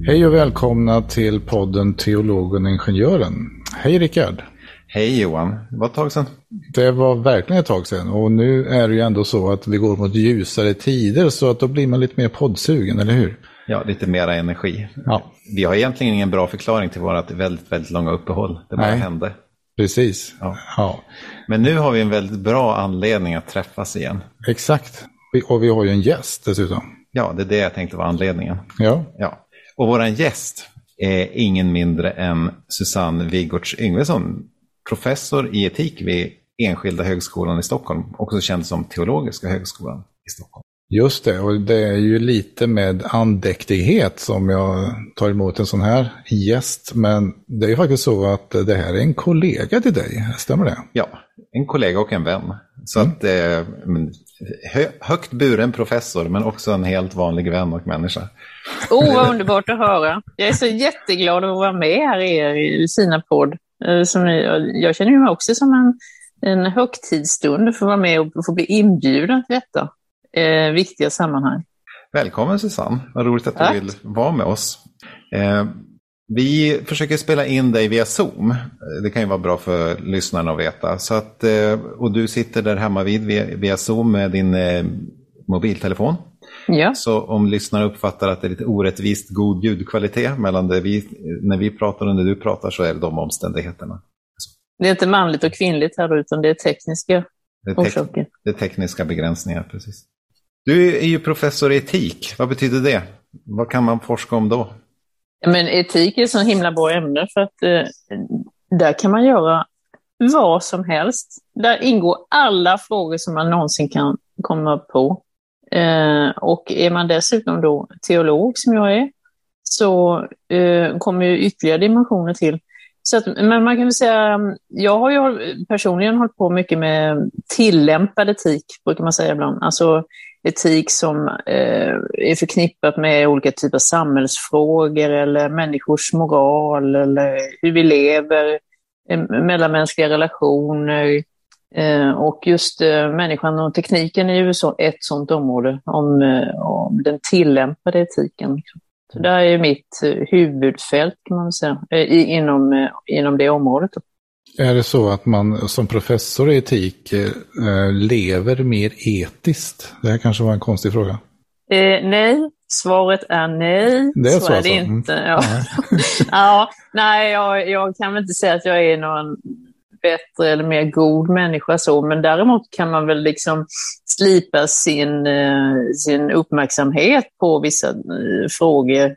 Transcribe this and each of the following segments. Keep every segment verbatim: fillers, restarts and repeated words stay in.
Hej och välkomna till podden Teologen och Ingenjören. Hej Rickard. Hej Johan, det var ett tag sedan. Det var verkligen ett tag sedan och nu är det ju ändå så att vi går mot ljusare tider så att då blir man lite mer poddsugen, eller hur? Ja, lite mera energi. Ja. Vi har egentligen ingen bra förklaring till vårt väldigt, väldigt långa uppehåll. Det bara Nej. hände. Precis. Ja. Ja. Men nu har vi en väldigt bra anledning att träffas igen. Exakt. Och vi har ju en gäst dessutom. Ja, det är det jag tänkte var anledningen. Ja. Ja. Och våran gäst är ingen mindre än Susanne Wigårds Yngvesson, professor i etik vid Enskilda högskolan i Stockholm, också känd som Teologiska högskolan i Stockholm. Just det, och det är ju lite med andäktighet som jag tar emot en sån här gäst, men det är ju faktiskt så att det här är en kollega till dig, stämmer det? Ja, en kollega och en vän. Så Mm. att eh, hö, högt buren professor, men också en helt vanlig vän och människa. Oh, vad underbart att höra. Jag är så jätteglad att vara med här i er fina podd. Som ni, jag känner mig också som en, en högtidsstund för att vara med och få bli inbjuden till detta eh, viktiga sammanhang. Välkommen Susanne, vad roligt att Tack. du vill vara med oss. Eh, vi försöker spela in dig via Zoom, det kan ju vara bra för lyssnarna att veta. Så att, eh, och du sitter där hemma vid via, via Zoom med din eh, mobiltelefon. Ja. Så om lyssnare uppfattar att det är lite orättvist god ljudkvalitet mellan det vi, när vi pratar och när du pratar, så är det de omständigheterna. Det är inte manligt och kvinnligt här utan det är tekniska Det är, tek- orsaker. det är tekniska begränsningar, precis. Du är ju professor i etik, vad betyder det? Vad kan man forska om då? Men etik är ett så himla bra ämne för att eh, där kan man göra vad som helst. Där ingår alla frågor som man någonsin kan komma på. Eh, och är man dessutom då teolog som jag är så eh, kommer ju ytterligare dimensioner till. Så att, men man kan väl säga, jag har ju personligen hållit på mycket med tillämpad etik, brukar man säga ibland. Alltså etik som eh, är förknippat med olika typer av samhällsfrågor eller människors moral eller hur vi lever, eh, mellanmänskliga relationer. Eh, och just eh, människan och tekniken är ju så ett sådant område om, eh, om den tillämpade etiken. Så det är mitt eh, huvudfält kan man säga, eh, i, inom, eh, inom det området. Är det så att man som professor i etik eh, lever mer etiskt? Det här kanske var en konstig fråga. Eh, nej, svaret är nej. Det är så, så är alltså. det inte. Mm. Ja. ja, nej, jag, jag kan väl inte säga att jag är någon bättre eller mer god människa så, men däremot kan man väl liksom slipa sin, eh, sin uppmärksamhet på vissa eh, frågor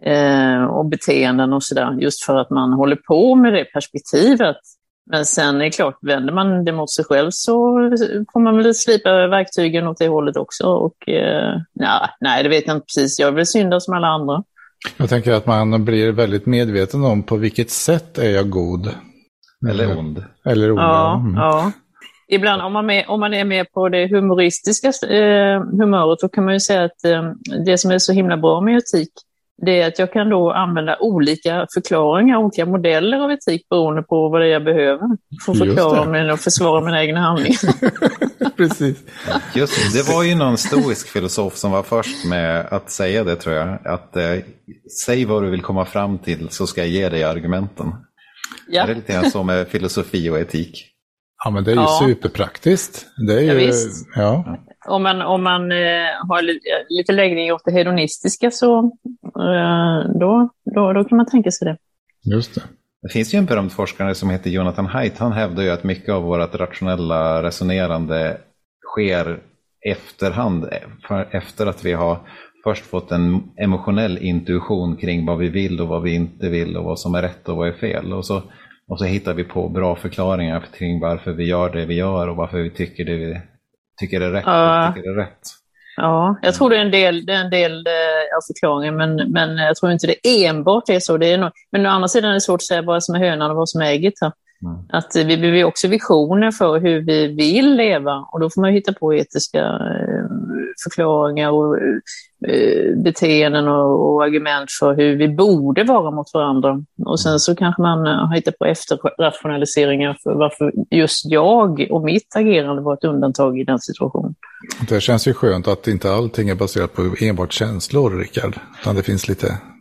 eh, och beteenden och sådär, just för att man håller på med det perspektivet. Men sen är det klart, vänder man det mot sig själv så får man väl slipa verktygen åt det hållet också. Och eh, nej, nej, det vet jag inte precis. Jag är väl syndare som alla andra. Jag tänker att man blir väldigt medveten om på vilket sätt är jag god. Eller ond. Eller ond, Ja, mm. ja. Ibland om man, med, om man är med på det humoristiska eh, humöret, då kan man ju säga att eh, det som är så himla bra med etik, det är att jag kan då använda olika förklaringar, olika modeller av etik beroende på vad det är jag behöver för att förklara mig och försvara mina egna handlingar. Precis. Just det, var ju någon stoisk filosof som var först med att säga det, tror jag. Att eh, säg vad du vill komma fram till så ska jag ge dig argumenten. Ja. Det är lite grann så med filosofi och etik. Ja, men det är ju Ja. superpraktiskt. Det är ju, Ja, visst. ja. Om man, om man eh, har li, lite läggning åt det hedonistiska så eh, då, då, då kan man tänka sig det. Just det. Det finns ju en berömd forskare som heter Jonathan Haidt. Han hävdar ju att mycket av vårt rationella resonerande sker efterhand, för, efter att vi har först fått en emotionell intuition kring vad vi vill och vad vi inte vill och vad som är rätt och vad är fel. Och så, och så hittar vi på bra förklaringar kring varför vi gör det vi gör och varför vi tycker det vi tycker är rätt Ja. och tycker det är rätt. Ja, jag tror det är en del, det är en del eh, av förklaringen, men, men jag tror inte det enbart är så. Det är nog, men å andra sidan är det svårt att säga vad som är hönan och vad som är ägget här. Mm. Att vi behöver också visioner för hur vi vill leva, och då får man hitta på etiska eh, förklaringar och eh, beteenden och, och argument för hur vi borde vara mot varandra. Och sen så kanske man har hittat på efterrationaliseringar för varför just jag och mitt agerande var ett undantag i den situationen. Det känns ju skönt att inte allting är baserat på enbart känslor, Rickard. Utan det finns lite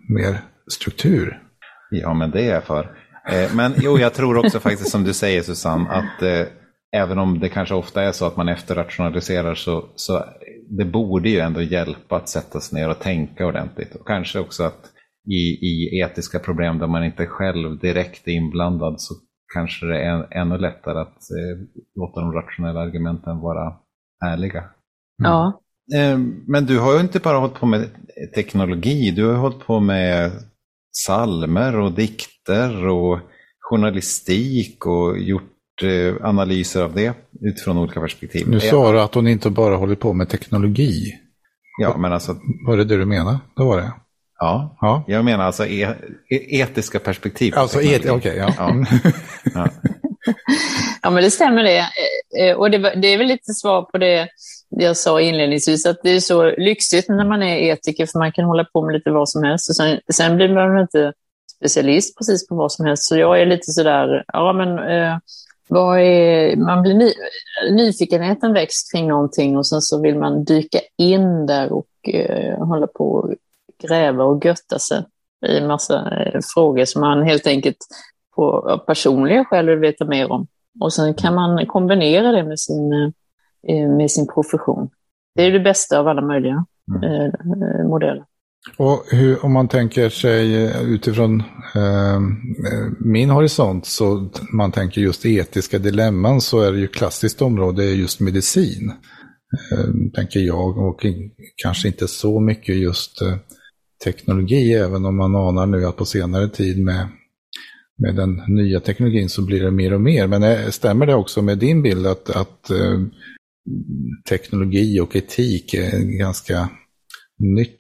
mer struktur. Ja, men det är jag för. Eh, men jo, jag tror också faktiskt som du säger, Susanne, att eh, även om det kanske ofta är så att man efterrationaliserar så, så det borde ju ändå hjälpa att sätta sig ner och tänka ordentligt. Och kanske också att i, i etiska problem där man inte själv direkt är inblandad så kanske det är ännu lättare att eh, låta de rationella argumenten vara ärliga. Mm. Ja. Eh, men du har ju inte bara hållit på med teknologi, du har hållit på med psalmer och dikter och journalistik och gjort eh, analyser av det utifrån olika perspektiv. Nu sa du att hon inte bara håller på med teknologi. Ja, men alltså... Var det det du menar? Det var det. Ja, ja. Jag menar alltså e- etiska perspektiv. Alltså etiska, okej, okay, ja. Ja. Ja. Ja, men det stämmer det. Och det, det är väl lite svar på det jag sa inledningsvis, att det är så lyxigt när man är etiker, för man kan hålla på med lite vad som helst. Och sen, sen blir man inte specialist precis på vad som helst. Så jag är lite sådär, ja men eh, vad är, man blir ny, nyfikenheten växt kring någonting och sen så vill man dyka in där och eh, hålla på och gräva och götta sig i en massa eh, frågor som man helt enkelt på personliga skäl vill veta mer om. Och sen kan man kombinera det med sin, eh, med sin profession. Det är det bästa av alla möjliga eh, modeller. Och hur, om man tänker sig utifrån eh, min horisont, så man tänker just etiska dilemman, så är det ju klassiskt område just medicin. Eh, tänker jag, och kanske inte så mycket just eh, teknologi, även om man anar nu att på senare tid med, med den nya teknologin så blir det mer och mer. Men eh, stämmer det också med din bild att, att eh, teknologi och etik är ganska nytt?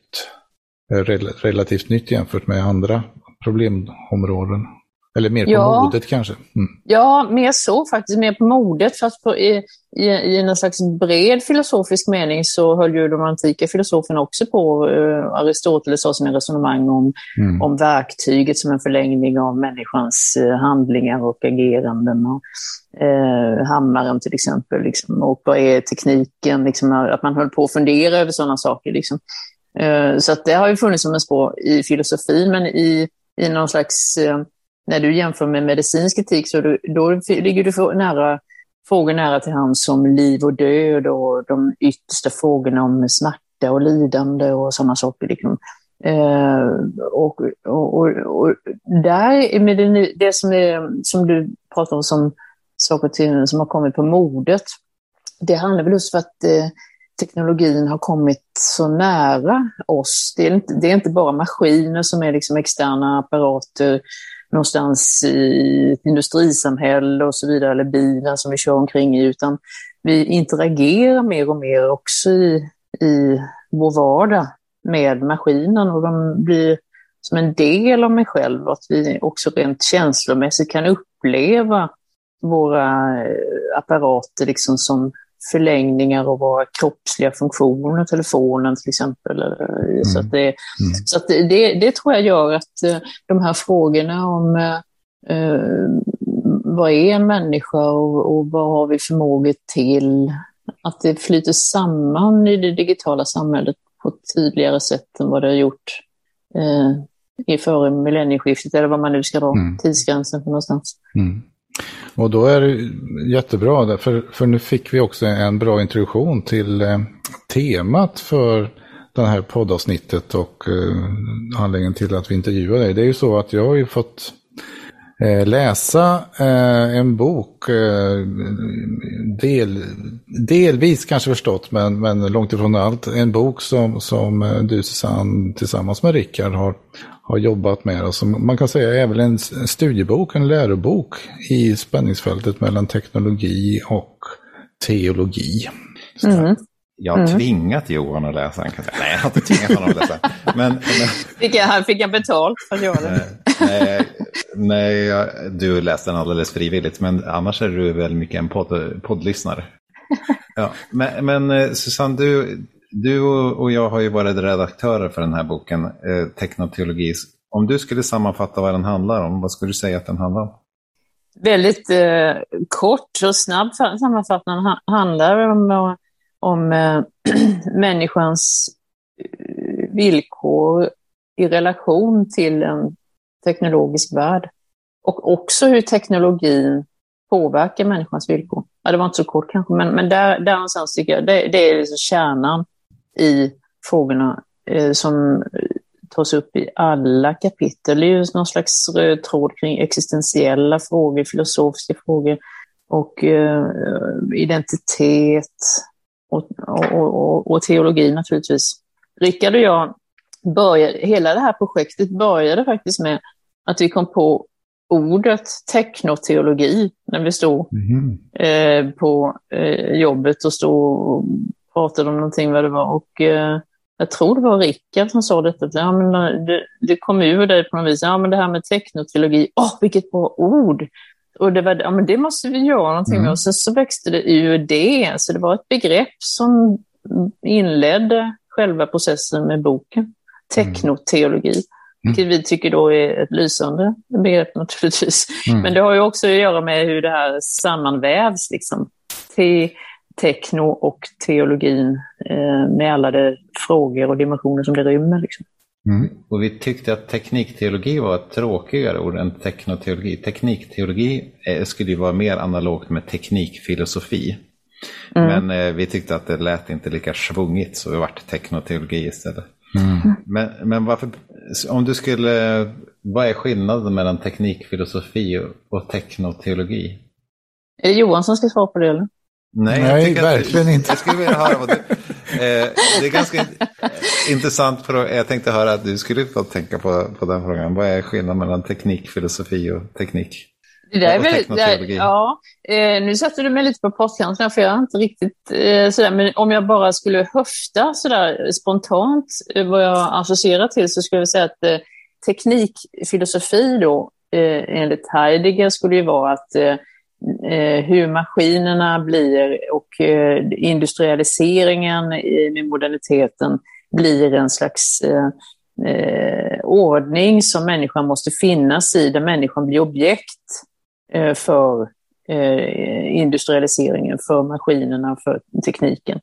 Relativt nytt jämfört med andra problemområden. Eller mer på ja. modet kanske. Mm. Ja, mer så faktiskt. Mer på modet. Fast på, i, i, i en slags bred filosofisk mening så höll ju de antika filosoferna också på. Uh, Aristoteles har sina resonemang om, mm. om verktyget som en förlängning av människans uh, handlingar och ageranden. Och, uh, hammaren till exempel. Liksom, och vad är tekniken? Liksom, att man höll på att fundera över sådana saker. Liksom. Så att det har ju funnits som en spår i filosofin, men i, i någon slags, när du jämför med medicinsk etik så du, då ligger du nära, frågor nära till hands som liv och död och de yttersta frågorna om smärta och lidande och sådana saker. Liksom. Och, och, och, och där med det, det som, är, som du pratar om som saker till, som har kommit på modet, det handlar väl just för att teknologin har kommit så nära oss. Det är inte, det är inte bara maskiner som är liksom externa apparater någonstans i ett industrisamhälle och så vidare, eller bilen som vi kör omkring i, utan vi interagerar mer och mer också i, i vår vardag med maskinen, och de blir som en del av mig själv, att vi också rent känslomässigt kan uppleva våra apparater liksom som förlängningar av våra kroppsliga funktioner, telefonen till exempel. Mm. Så, att det, mm. så att det, det tror jag gör att de här frågorna om eh, vad är en människa och, och vad har vi förmåga till, att det flyter samman i det digitala samhället på ett tydligare sätt än vad det har gjort eh, i före millennieskiftet, eller vad man nu ska dra mm. tidsgränsen för någonstans. Mm. Och då är det jättebra, för, för nu fick vi också en bra introduktion till eh, temat för det här poddavsnittet och eh, anledningen till att vi intervjuar dig. Det är ju så att jag har ju fått eh, läsa eh, en bok, eh, del, delvis kanske förstått, men, men långt ifrån allt. En bok som, som du, Susanne, tillsammans med Rickard har har jobbat med, och som man kan säga är väl en studiebok, en lärobok i spänningsfältet mellan teknologi och teologi. Mm. Jag har mm. tvingat Johan att läsa den. Nej, jag har inte tvingat honom att läsa. Men, men... Fick, jag, fick jag betalt för att göra det? Nej, nej jag, du läste den alldeles frivilligt, men annars är du väl mycket en podd, poddlyssnare. Ja, men, men Susanne, du... Du och jag har ju varit redaktörer för den här boken, eh, Teknoteologi. Om du skulle sammanfatta vad den handlar om, vad skulle du säga att den handlar om? Väldigt eh, kort och snabb sammanfattning ha- handlar om, om eh, människans villkor i relation till en teknologisk värld. Och också hur teknologin påverkar människans villkor. Ja, det var inte så kort kanske, men, men där, där någonstans tycker jag, det, det är liksom kärnan i frågorna eh, som tas upp i alla kapitel. Det är ju någon slags röd tråd kring existentiella frågor, filosofiska frågor och eh, identitet och, och, och, och teologi naturligtvis. Rickard och jag började, hela det här projektet började faktiskt med att vi kom på ordet teknoteologi när vi stod mm. eh, på eh, jobbet och stod och pratade om någonting vad det var. Och eh, jag tror det var Rickard som sa detta. Ja, men det, det kom ur dig på något vis. Ja, men det här med teknoteologi. Åh, oh, vilket bra ord! Och det var, ja, men det måste vi göra någonting mm. med. Och sen så växte det ur det. Så det var ett begrepp som inledde själva processen med boken. Teknoteologi. Mm. Vilket vi tycker då är ett lysande begrepp naturligtvis. Mm. Men det har ju också att göra med hur det här sammanvävs liksom. Te, tekno och teologin eh, med alla de frågor och dimensioner som det rymmer liksom. Mm. Och vi tyckte att teknikteologi var ett tråkigare ord än teknoteologi. Teknikteologi eh, skulle ju vara mer analogt med teknikfilosofi. Mm. Men eh, vi tyckte att det lät inte lika svungigt, så vi vart teknoteologi istället. Mm. Men, men varför, om du skulle, vad är skillnaden mellan teknikfilosofi och, och teknoteologi? Är det Johan som ska svara på det eller? Nej, Nej jag verkligen att, inte. Jag skulle vilja höra vad du, eh, det är ganska intressant fråga. Jag tänkte höra att du skulle få tänka på, på den frågan. Vad är skillnaden mellan teknikfilosofi och teknik? Det där är väldigt, där, ja, eh, nu sätter du mig lite på postkanten för jag är inte riktigt eh, sådär, men om jag bara skulle höfta sådär spontant eh, vad jag associerar till, så skulle jag säga att eh, teknikfilosofi då eh, enligt Heidegger skulle ju vara att eh, hur maskinerna blir och eh, industrialiseringen i, med moderniteten blir en slags eh, eh, ordning som människan måste finnas i, där människan blir objekt för eh, industrialiseringen, för maskinerna, för tekniken.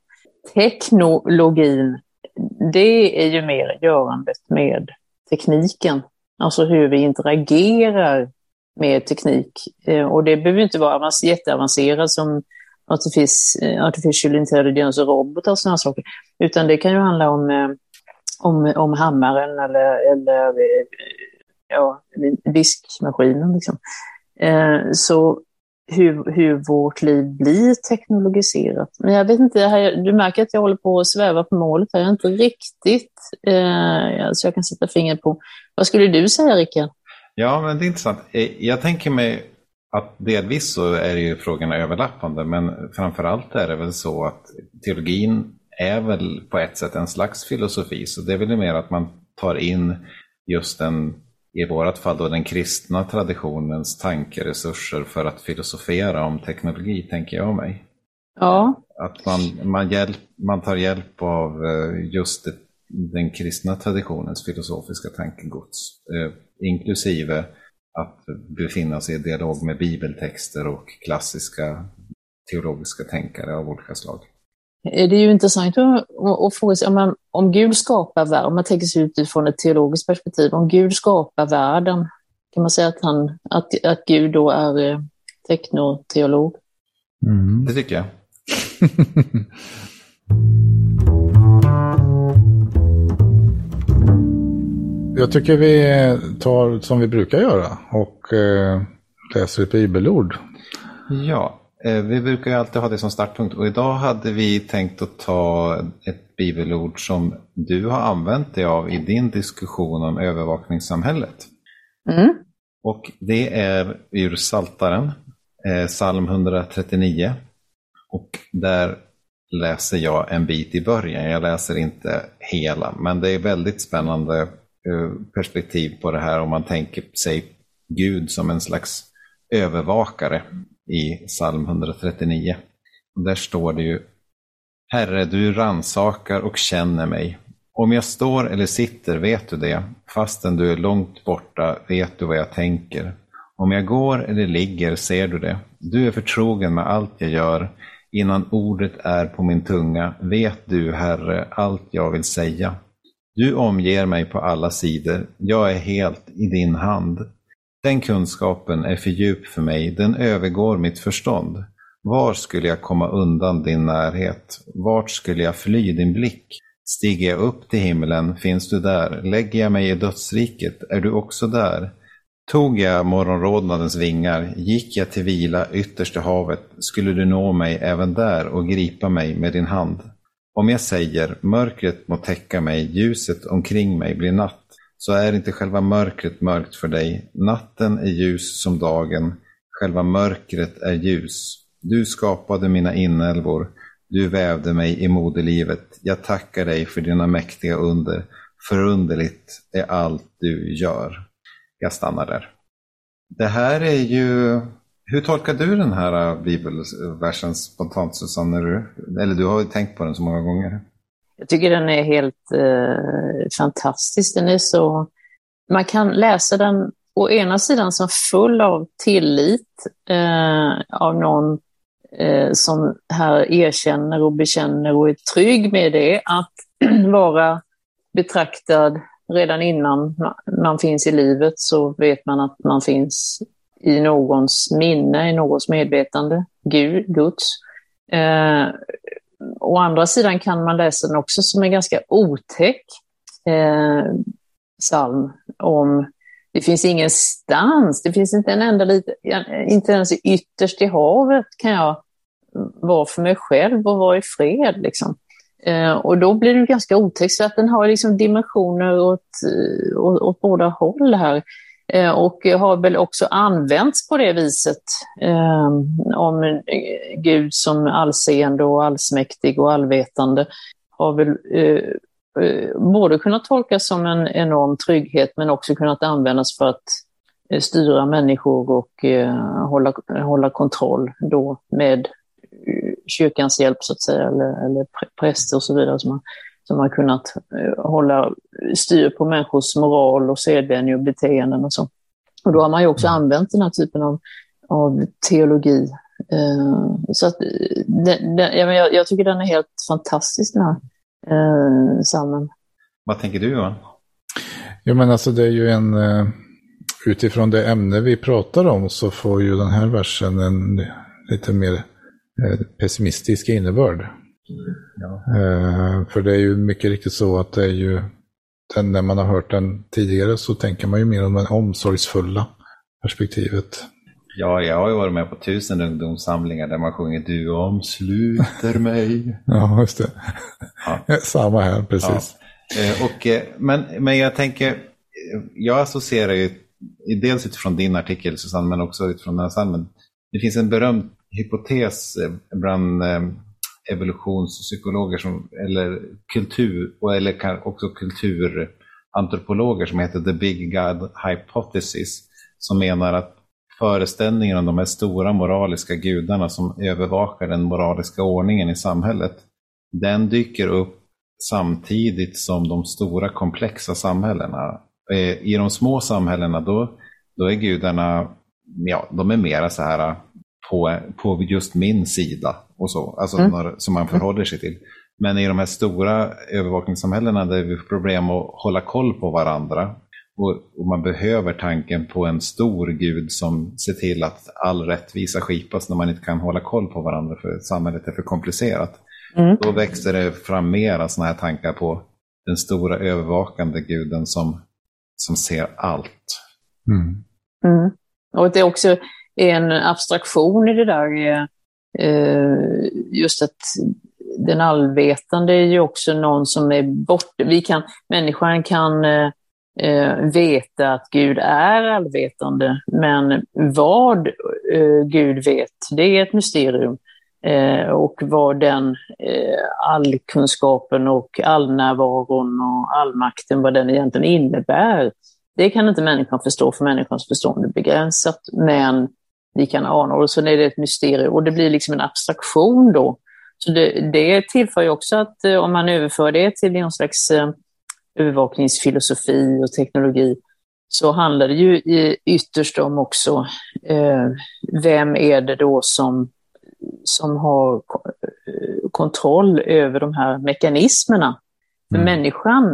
Teknologin, det är ju mer görandet med tekniken. Alltså hur vi interagerar med teknik. Eh, och det behöver inte vara jätteavancerat som artificial, artificial intelligence och robotar och sådana saker. Utan det kan ju handla om, eh, om, om hammaren eller, eller ja, diskmaskinen liksom. Så hur, hur vårt liv blir teknologiserat. Men jag vet inte, här, du märker att jag håller på att sväva på målet här. Jag är inte riktigt eh, så jag kan sätta fingret på. Vad skulle du säga, Rickard? Ja, men det är intressant. Jag tänker mig att delvis så är det ju frågorna överlappande, men framförallt är det väl så att teologin är väl på ett sätt en slags filosofi, så det är väl mer att man tar in just den, i vårat fall då, den kristna traditionens tankeresurser för att filosofera om teknologi, tänker jag mig. Ja. Att man, man, hjälp, man tar hjälp av just det, den kristna traditionens filosofiska tankegods, eh, inklusive att befinna sig i dialog med bibeltexter och klassiska teologiska tänkare av olika slag. Det är ju intressant att, att få sig, om, man, om Gud skapar världen, om man tänker sig utifrån ett teologiskt perspektiv, om Gud skapar världen, kan man säga att, han, att, att Gud då är eh, teknoteolog? Mm. Det tycker jag. Jag tycker vi tar som vi brukar göra och eh, läser ett bibelord. Ja, eh, vi brukar ju alltid ha det som startpunkt, och idag hade vi tänkt att ta ett bibelord som du har använt dig av i din diskussion om övervakningssamhället. Mm. Och det är ur Psaltaren, eh, psalm etthundratrettionio, och där läser jag en bit i början. Jag läser inte hela, men det är väldigt spännande perspektiv på det här om man tänker sig Gud som en slags övervakare i psalm etthundratrettionio. Och där står det ju: Herre, du rannsakar och känner mig. Om jag står eller sitter vet du det. Fastän du är långt borta vet du vad jag tänker. Om jag går eller ligger ser du det. Du är förtrogen med allt jag gör. Innan ordet är på min tunga vet du, Herre, allt jag vill säga. Du omger mig på alla sidor. Jag är helt i din hand. Den kunskapen är för djup för mig. Den övergår mitt förstånd. Var skulle jag komma undan din närhet? Vart skulle jag fly din blick? Stiger jag upp till himlen, finns du där? Lägger jag mig i dödsriket, är du också där? Tog jag morgonrodnadens vingar, gick jag till vila ytterst i havet, skulle du nå mig även där och gripa mig med din hand. Om jag säger, mörkret må täcka mig, ljuset omkring mig blir natt, så är inte själva mörkret mörkt för dig. Natten är ljus som dagen, själva mörkret är ljus. Du skapade mina inälvor, du vävde mig i moderlivet. Jag tackar dig för dina mäktiga under. Förunderligt är allt du gör. Jag stannar där. Det här är ju... Hur tolkar du den här bibelversen spontant, Susanne? Eller du har ju tänkt på den så många gånger. Jag tycker den är helt eh, fantastisk. Den är så... Man kan läsa den å ena sidan som full av tillit eh, av någon eh, som här erkänner och bekänner och är trygg med det. Att vara betraktad redan innan man finns i livet, så vet man att man finns i någons minne, i någons medvetande, Gud, Guds. Eh, å andra sidan kan man läsa den också som en ganska otäck eh, psalm om det finns ingenstans, det finns inte en enda lite, inte ens ytterst i havet kan jag vara för mig själv och vara i fred liksom. Eh, och då blir det ganska otäckt, så att den har liksom dimensioner åt, åt, åt båda håll här. Eh, och har väl också använts på det viset eh, om Gud som allseende och allsmäktig och allvetande har väl eh, eh, både kunnat tolkas som en enorm trygghet, men också kunnat användas för att eh, styra människor och eh, hålla, hålla kontroll då med kyrkans hjälp så att säga, eller, eller präster och så vidare som har, som har kunnat eh, hålla styr på människors moral och sedvänjor och beteenden och så. Och då har man ju också använt den här typen av, av teologi. Eh, så att den, den, jag, jag tycker den är helt fantastisk, den här eh, psalmen. Vad tänker du, Johan? Ja, men alltså det är ju en... Uh, utifrån det ämne vi pratar om så får ju den här versen en lite mer pessimistisk innebörd. Ja. Uh, för det är ju mycket riktigt så att det är ju den, när man har hört den tidigare så tänker man ju mer om det omsorgsfulla perspektivet. Ja, jag har ju varit med på tusen ungdomssamlingar där man sjunger du omsluter mig. Ja, just det. Ja. Samma här, precis. Ja. Och, men, men jag tänker, jag associerar ju dels utifrån din artikel, Susanne, men också utifrån den här psalmen. Det finns en berömd hypotes bland evolutionspsykologer som, eller kultur, eller också kulturantropologer som heter The Big God Hypothesis, som menar att föreställningen om de här stora moraliska gudarna som övervakar den moraliska ordningen i samhället, den dyker upp samtidigt som de stora komplexa samhällena. I de små samhällena då, då är gudarna, ja, de är mera så här på, på just min sida och så, alltså mm. några, som man förhåller sig till. Men i de här stora övervakningssamhällena där vi får problem att hålla koll på varandra, och, och man behöver tanken på en stor gud som ser till att all rättvisa skipas när man inte kan hålla koll på varandra för samhället är för komplicerat. Mm. Då växer det fram mera såna här tankar på den stora övervakande guden som, som ser allt. Mm. Mm. Och det är också en abstraktion i det där, just att den allvetande är ju också någon som är bort. Vi kan, människan kan eh, veta att Gud är allvetande, men vad eh, Gud vet, det är ett mysterium. Eh, och vad den eh, allkunskapen och allnärvaron och allmakten, vad den egentligen innebär, det kan inte människan förstå, för människans förstånd är begränsat, men vi kan ana, och så är det ett mysterium och det blir liksom en abstraktion då. Så det, det tillför ju också att eh, om man överför det till någon slags eh, övervakningsfilosofi och teknologi, så handlar det ju i, ytterst om också eh, vem är det då som, som har kontroll över de här mekanismerna. För mm. människan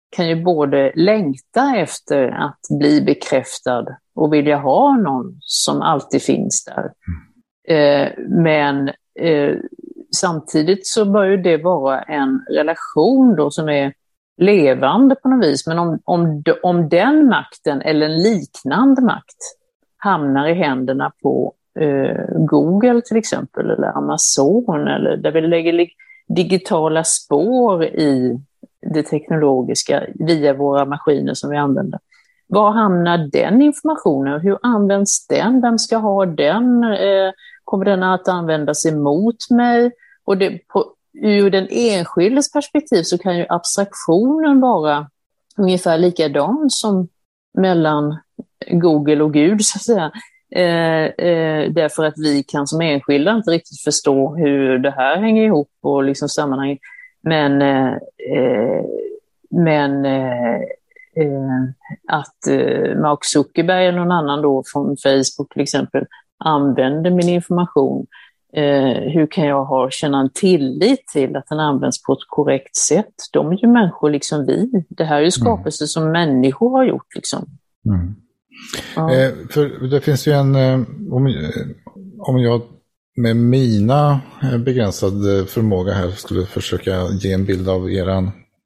kan ju både längta efter att bli bekräftad och vilja ha någon som alltid finns där. Eh, men eh, samtidigt så bör ju det vara en relation då som är levande på något vis. Men om, om, om den makten eller en liknande makt hamnar i händerna på eh, Google till exempel eller Amazon, eller där vi lägger digitala spår i det teknologiska via våra maskiner som vi använder. Var hamnar den informationen? Hur används den? Vem ska ha den? Eh, kommer den att användas emot mig? Och det, på, ur den enskildes perspektiv så kan ju abstraktionen vara ungefär likadan som mellan Google och Gud, så att säga. Eh, eh, därför att vi kan som enskilda inte riktigt förstå hur det här hänger ihop och liksom sammanhang. Men, eh, eh, men eh, eh, att eh, Mark Zuckerberg eller någon annan då från Facebook till exempel använder min information. Eh, hur kan jag ha, känna en tillit till att den används på ett korrekt sätt? De är ju människor liksom vi. Det här är ju skapelse mm. som människor har gjort liksom. Mm. Ja. Eh, för det finns ju en, eh, om, om jag med mina begränsade förmåga här skulle försöka ge en bild av eran,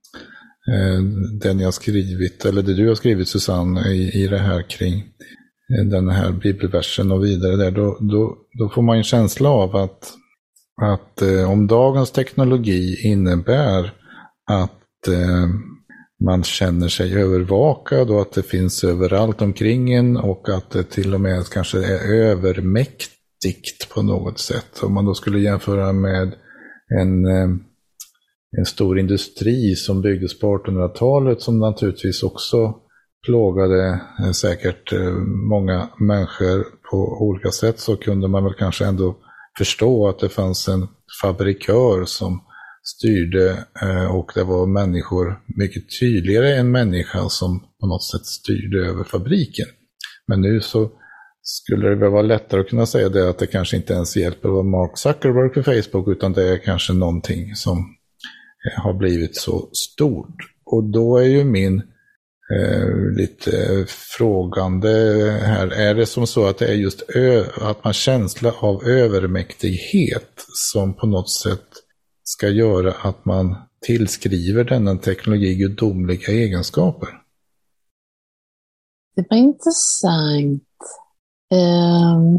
eh, den jag skrivit, eller det du har skrivit Susanne i, i det här kring eh, den här bibelversen och vidare där, då, då, då får man en känsla av att, att eh, om dagens teknologi innebär att eh, man känner sig övervakad och att det finns överallt omkring en och att det till och med kanske är övermäktigt på något sätt. Om man då skulle jämföra med en, en stor industri som byggdes på artonhundratalet som naturligtvis också plågade säkert många människor på olika sätt, så kunde man väl kanske ändå förstå att det fanns en fabrikör som styrde och det var människor mycket tydligare än människan som på något sätt styrde över fabriken. Men nu så skulle det väl vara lättare att kunna säga det att det kanske inte ens hjälper att vara Mark Zuckerberg för Facebook, utan det är kanske någonting som har blivit så stort. Och då är ju min eh, lite frågande här, är det som så att det är just ö- att man känsla av övermäktighet som på något sätt ska göra att man tillskriver denna teknologi gudomliga egenskaper? Det var intressant. Um,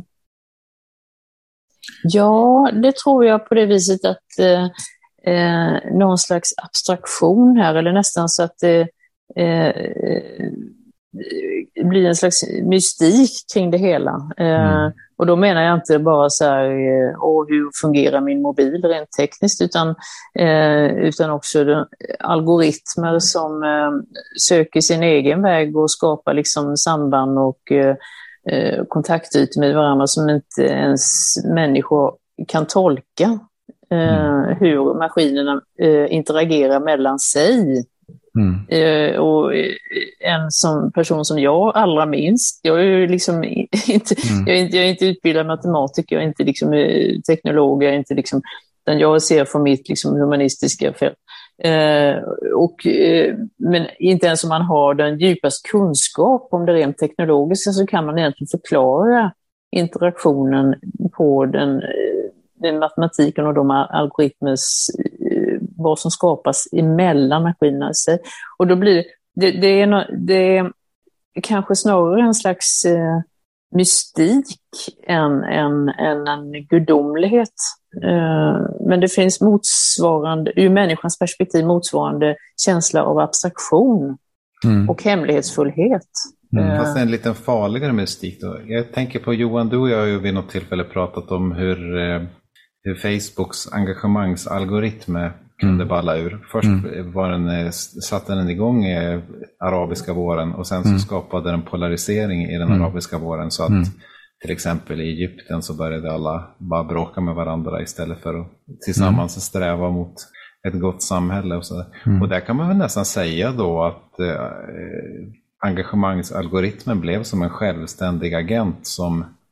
ja, det tror jag på det viset att uh, uh, någon slags abstraktion här, eller nästan så att det uh, uh, blir en slags mystik kring det hela. Uh, mm. Och då menar jag inte bara så här, åh, hur fungerar min mobil rent tekniskt, utan, eh, utan också den, algoritmer som eh, söker sin egen väg och skapar liksom samband och eh, kontaktytor med varandra som inte ens människor kan tolka. Eh, mm. Hur maskinerna eh, interagerar mellan sig. Mm. Eh, och en som person som jag allra minst, jag är ju liksom inte, mm. jag är inte, jag är inte utbildad matematiker, jag är inte liksom teknolog, jag är inte liksom, den jag ser från mitt liksom humanistiska fält. Eh, och, eh, men inte ens om man har den djupaste kunskap om det rent teknologiska så kan man egentligen förklara interaktionen på den, den matematiken och de algoritmers vad som skapas emellan maskinerna i sig. Och då blir det, det, är, no, det är kanske snarare en slags eh, mystik än, än, än en gudomlighet. Eh, men det finns motsvarande, ur människans perspektiv, motsvarande känsla av abstraktion mm. och hemlighetsfullhet. Mm. Eh. Fast en liten farligare mystik då. Jag tänker på Johan, du och jag har ju vid något tillfälle pratat om hur, eh, hur Facebooks engagemangsalgoritmer kunde balla ur. Först mm. var den, satte den igång i arabiska våren och sen så mm. skapade den polarisering i den mm. arabiska våren så att mm. till exempel i Egypten så började alla bara bråka med varandra istället för att tillsammans mm. sträva mot ett gott samhälle och så. Mm. Och där kan man väl nästan säga då att eh, engagemangsalgoritmen blev som en självständig agent som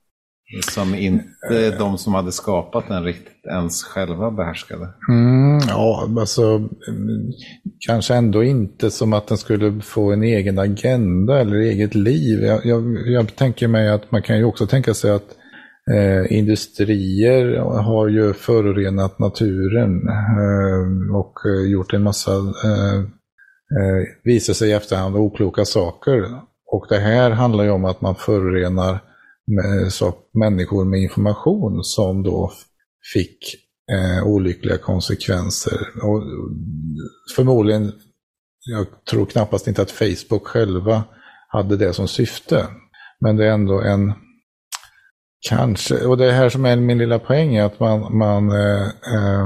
som inte de som hade skapat den riktigt ens själva behärskade. Mm, ja, alltså kanske ändå inte som att den skulle få en egen agenda eller eget liv. Jag, jag, jag tänker mig att man kan ju också tänka sig att eh, industrier har ju förorenat naturen eh, och gjort en massa eh, eh, visar sig i efterhand okloka saker. Och det här handlar ju om att man förorenar med, så, människor med information som då fick eh, olyckliga konsekvenser. Och förmodligen, jag tror knappast inte att Facebook själva hade det som syfte. Men det är ändå en, kanske, och det är här som är min lilla poäng, att man, man eh, eh,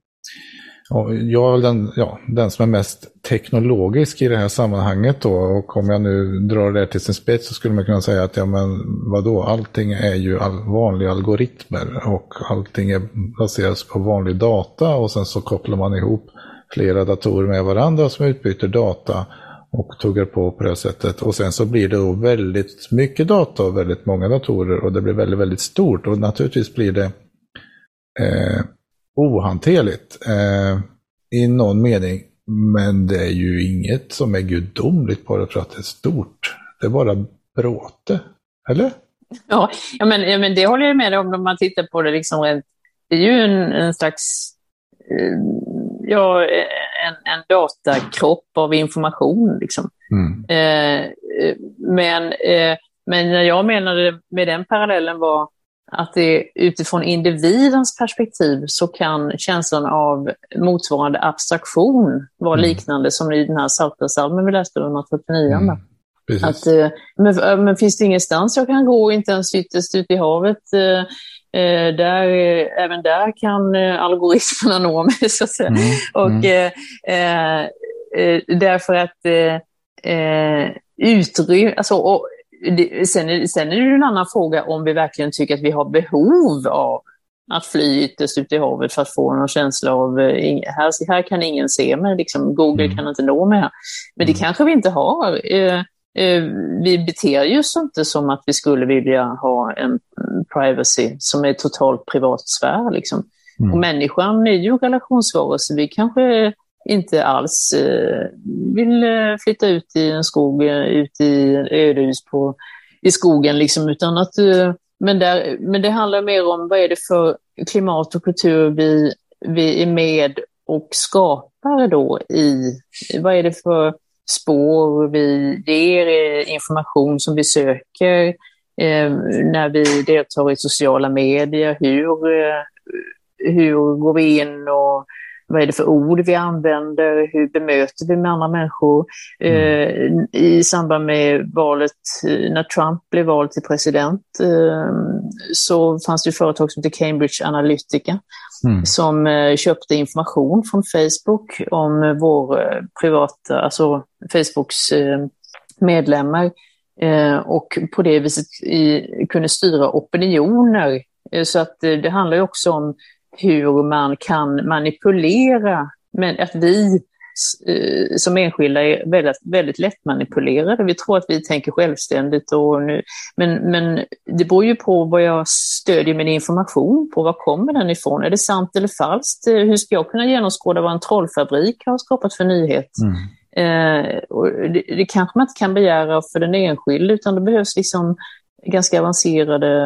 jag är den, ja, den som är mest teknologisk i det här sammanhanget då, och om jag nu drar det till sin spets så skulle man kunna säga att ja, men vadå, allting är ju all, vanliga algoritmer och allting är baseras på vanlig data, och sen så kopplar man ihop flera datorer med varandra som utbyter data och tuggar på på det sättet, och sen så blir det då väldigt mycket data och väldigt många datorer, och det blir väldigt, väldigt stort, och naturligtvis blir det eh, ohanterligt eh, i någon mening, men det är ju inget som är gudomligt bara för att det är stort. Det är bara bråte, eller? Ja, ja, men, ja men det håller jag med om. Om man tittar på det liksom, det är ju en, en slags eh, ja, en, en datakropp av information liksom. Mm. Eh, men, eh, men när jag menade med den parallellen var att det utifrån individens perspektiv så kan känslan av motsvarande abstraktion vara mm. liknande som i den här Psaltarpsalmen vi läste etthundratrettionio. Mm. Att, men, men finns det ingenstans jag kan gå, inte ens ytterst ut i havet, eh, där, även där kan eh, algoritmerna nå mig, så att säga. Mm. Och mm. Eh, eh, därför att eh, utrymme, alltså, och Det, sen, är, sen är det en annan fråga om vi verkligen tycker att vi har behov av att fly ytterst ut i havet för att få någon känsla av här, här kan ingen se mig, liksom, Google mm. kan inte nå mig här. Men det mm. kanske vi inte har. Eh, eh, vi beter just inte som att vi skulle vilja ha en privacy som är totalt privat sfär. Liksom. Mm. Och människan är ju en relationsvarelse. Vi kanske inte alls eh, vill flytta ut i en skog, ut i ödehus på, i skogen liksom, utan att, eh, men, där, men det handlar mer om vad är det för klimat och kultur vi, vi är med och skapar då i, vad är det för spår vi ger, information som vi söker eh, när vi deltar i sociala medier, hur, eh, hur går vi in och vad är det för ord vi använder? Hur bemöter vi med andra människor? Mm. Eh, I samband med valet, när Trump blev vald till president, eh, så fanns det ju företag som heter Cambridge Analytica mm. som eh, köpte information från Facebook om vår eh, privata, alltså Facebooks eh, medlemmar, eh, och på det viset i, kunde styra opinioner. Eh, så att eh, det handlar ju också om hur man kan manipulera, men att vi eh, som enskilda är väldigt, väldigt lätt manipulerade. Vi tror att vi tänker självständigt, och nu, men, men det beror ju på vad jag stödjer min information på. Var kommer den ifrån? Är det sant eller falskt? Hur ska jag kunna genomskåda vad en trollfabrik har skapat för nyhet? Mm. Eh, och det, det kanske man inte kan begära för den enskilde, utan det behövs liksom ganska avancerade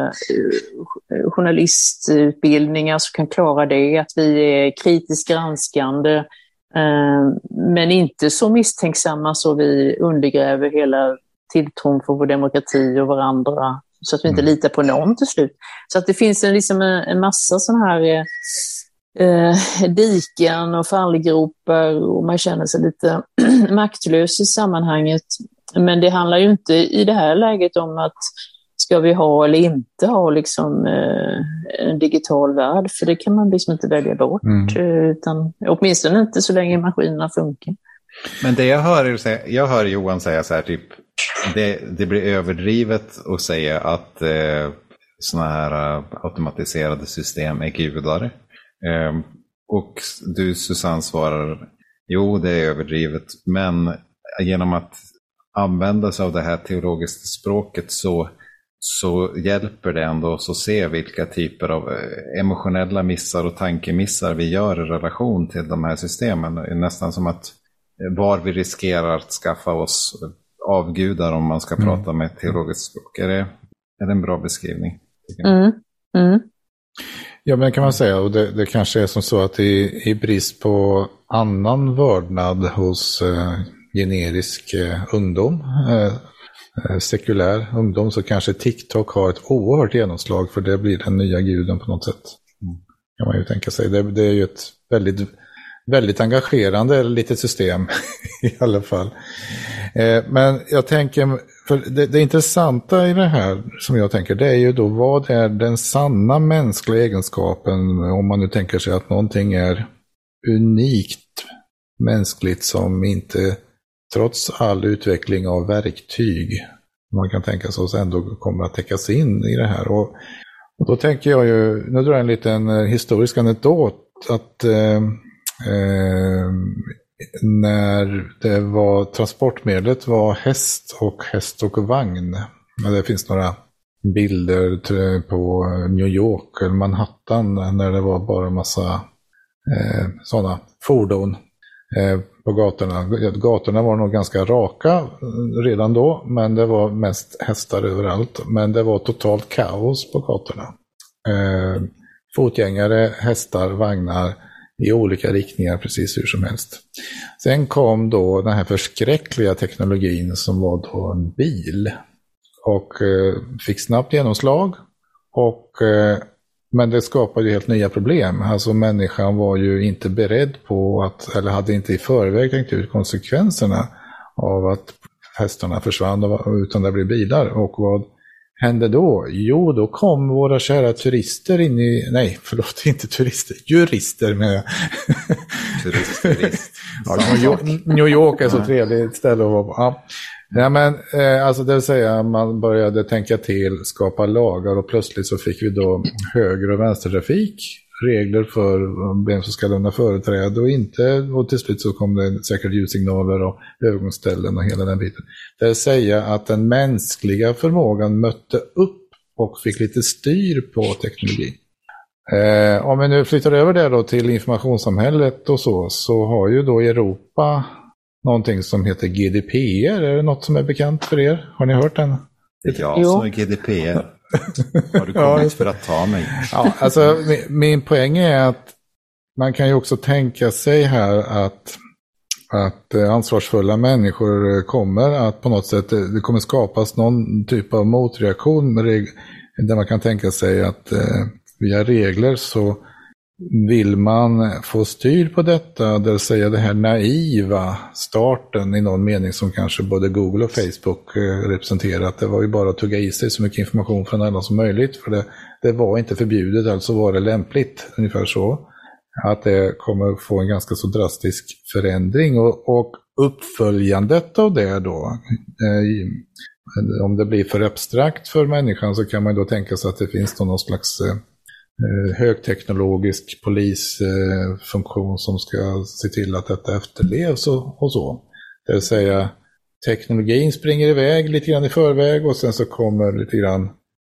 eh, journalistutbildningar som kan klara det, att vi är kritiskt granskande eh, men inte så misstänksamma så vi undergräver hela tilltron för vår demokrati och varandra, så att vi inte mm. litar på någon till slut. Så att det finns en, liksom en, en massa sån här eh, diken och fallgropar, och man känner sig lite maktlös i sammanhanget. Men det handlar ju inte i det här läget om att ska vi ha eller inte ha liksom, eh, en digital värld, för det kan man liksom inte välja bort, mm. utan åtminstone inte så länge maskinerna funkar. Men det jag hör, jag hör Johan säga så här, typ, det, det blir överdrivet att säga att eh, såna här automatiserade system är gudar. Eh, och du, Susanne, svarar, jo, det är överdrivet, men genom att använda sig av det här teologiska språket så så hjälper det ändå oss att se vilka typer av emotionella missar och tankemissar vi gör i relation till de här systemen. Det är nästan som att var vi riskerar att skaffa oss avgudar, om man ska mm. prata med ett teologiskt språk. Är det, är det en bra beskrivning? Mm. Mm. Ja, men kan man säga, och det, det kanske är som så att i, i brist på annan vördnad hos eh, generisk eh, ungdom, eh, sekulär ungdom, så kanske TikTok har ett oerhört genomslag, för det blir den nya guden på något sätt. Mm. Kan man ju tänka sig. Det, det är ju ett väldigt, väldigt engagerande litet system i alla fall. Eh, men jag tänker, för det, det intressanta i det här som jag tänker, det är ju då, vad är den sanna mänskliga egenskapen, om man nu tänker sig att någonting är unikt mänskligt som inte, trots all utveckling av verktyg, man kan tänka sig, så ändå kommer att täckas in i det här. Och, och då tänker jag ju, nu drar jag en liten historisk anekdot, att eh, eh, när det var transportmedlet var häst och häst och vagn. Det finns några bilder på New York eller Manhattan när det var bara en massa eh, sådana fordon eh, på gatorna. Gatorna var nog ganska raka redan då, men det var mest hästar överallt. Men det var totalt kaos på gatorna. Eh, fotgängare, hästar, vagnar i olika riktningar, precis hur som helst. Sen kom då den här förskräckliga teknologin som var då en bil. Och eh, fick snabbt genomslag. Och, eh, men det skapade ju helt nya problem. Alltså människan var ju inte beredd på att, eller hade inte i förväg tänkt ut konsekvenserna av att hästarna försvann utan det blev bilar. Och vad hände då? Jo, då kom våra kära turister in i, nej förlåt, inte turister, jurister med. Turist, turist. Ja, New York, New York är så trevligt ställe att vara på. Ja. Ja, men eh, alltså det vill säga, man började tänka till, skapa lagar, och plötsligt så fick vi då höger- och vänstertrafik, regler för vem som ska lämna företräde och inte, och till slut så kom det säkert ljussignaler och övergångsställen och hela den biten. Det vill säga att den mänskliga förmågan mötte upp och fick lite styr på teknologi. Eh, om vi nu flyttar över det då till informationssamhället och så, så har ju då Europa någonting som heter G D P R. Är det något som är bekant för er? Har ni hört den? Det är jag som är G D P R. Har du kommit ja, för att ta mig? Ja, alltså min, min poäng är att man kan ju också tänka sig här att, att ansvarsfulla människor kommer att på något sätt, det kommer skapas någon typ av motreaktion där man kan tänka sig att eh, via regler så vill man få styr på detta, det vill säga det här naiva starten i någon mening som kanske både Google och Facebook representerar, att det var ju bara att tugga i sig så mycket information från alla som möjligt, för det, det var inte förbjudet, alltså var det lämpligt, ungefär så. Att det kommer få en ganska så drastisk förändring, och, och uppföljandet av det då, eh, om det blir för abstrakt för människan, så kan man då tänka sig att det finns då någon slags eh, högteknologisk polisfunktion eh, som ska se till att detta efterlevs och, och så. Det vill säga, teknologin springer iväg lite grann i förväg, och sen så kommer lite grann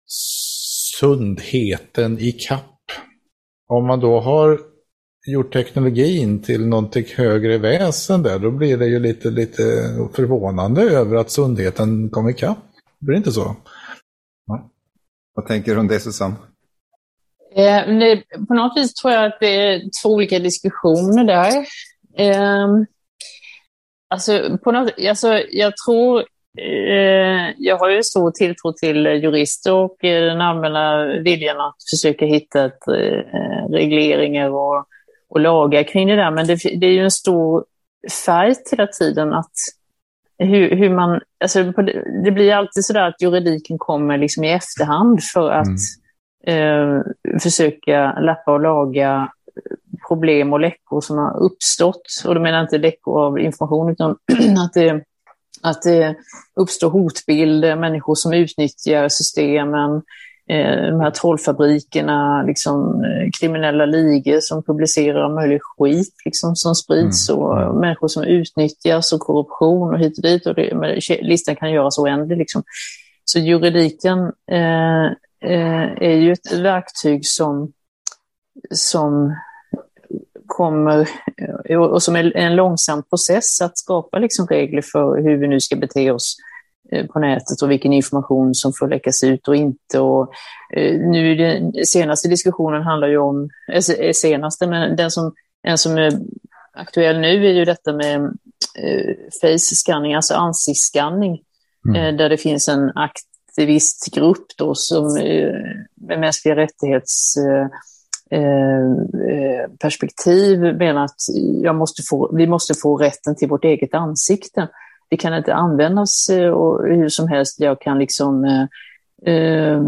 sundheten i kapp. Om man då har gjort teknologin till någonting högre väsen där, då blir det ju lite, lite förvånande över att sundheten kommer i kapp. Blir det inte så? Ja. Vad tänker du om det, Susanne? Eh, det, på något vis tror jag att det är två olika diskussioner där. Eh, alltså, på något, alltså, jag tror, eh, jag har ju stor tilltro till jurister och eh, den allmänna viljan att försöka hitta ett, eh, regleringar och, och lagar kring det där. Men det, det är ju en stor fight hela tiden att hur, hur man, alltså, det blir alltid så där att juridiken kommer liksom i efterhand för att mm. Eh, försöka lappa och laga problem och läckor som har uppstått. Och då menar jag inte läckor av information, utan att det, att det uppstår hotbilder, människor som utnyttjar systemen, eh, de här trollfabrikerna, liksom, eh, kriminella ligor som publicerar möjlig skit liksom, som sprids, mm. och mm. människor som utnyttjas och korruption och hit och dit. Och det, listan kan göras oändlig liksom. Så juridiken eh, eh, är ju ett verktyg som, som kommer, och som är en långsam process att skapa liksom regler för hur vi nu ska bete oss på nätet och vilken information som får läckas ut och inte. Och, eh, nu den senaste diskussionen handlar ju om, eh, senaste, men den som, en som är aktuell nu är ju detta med eh, face scanning, alltså ansiktsscanning, mm. eh, där det finns en aktivistgrupp då som eh, med mänskliga rättighets eh, eh, perspektiv menar att jag måste få, vi måste få rätten till vårt eget ansikte. Det kan inte användas eh, och hur som helst. Jag kan liksom eh, eh,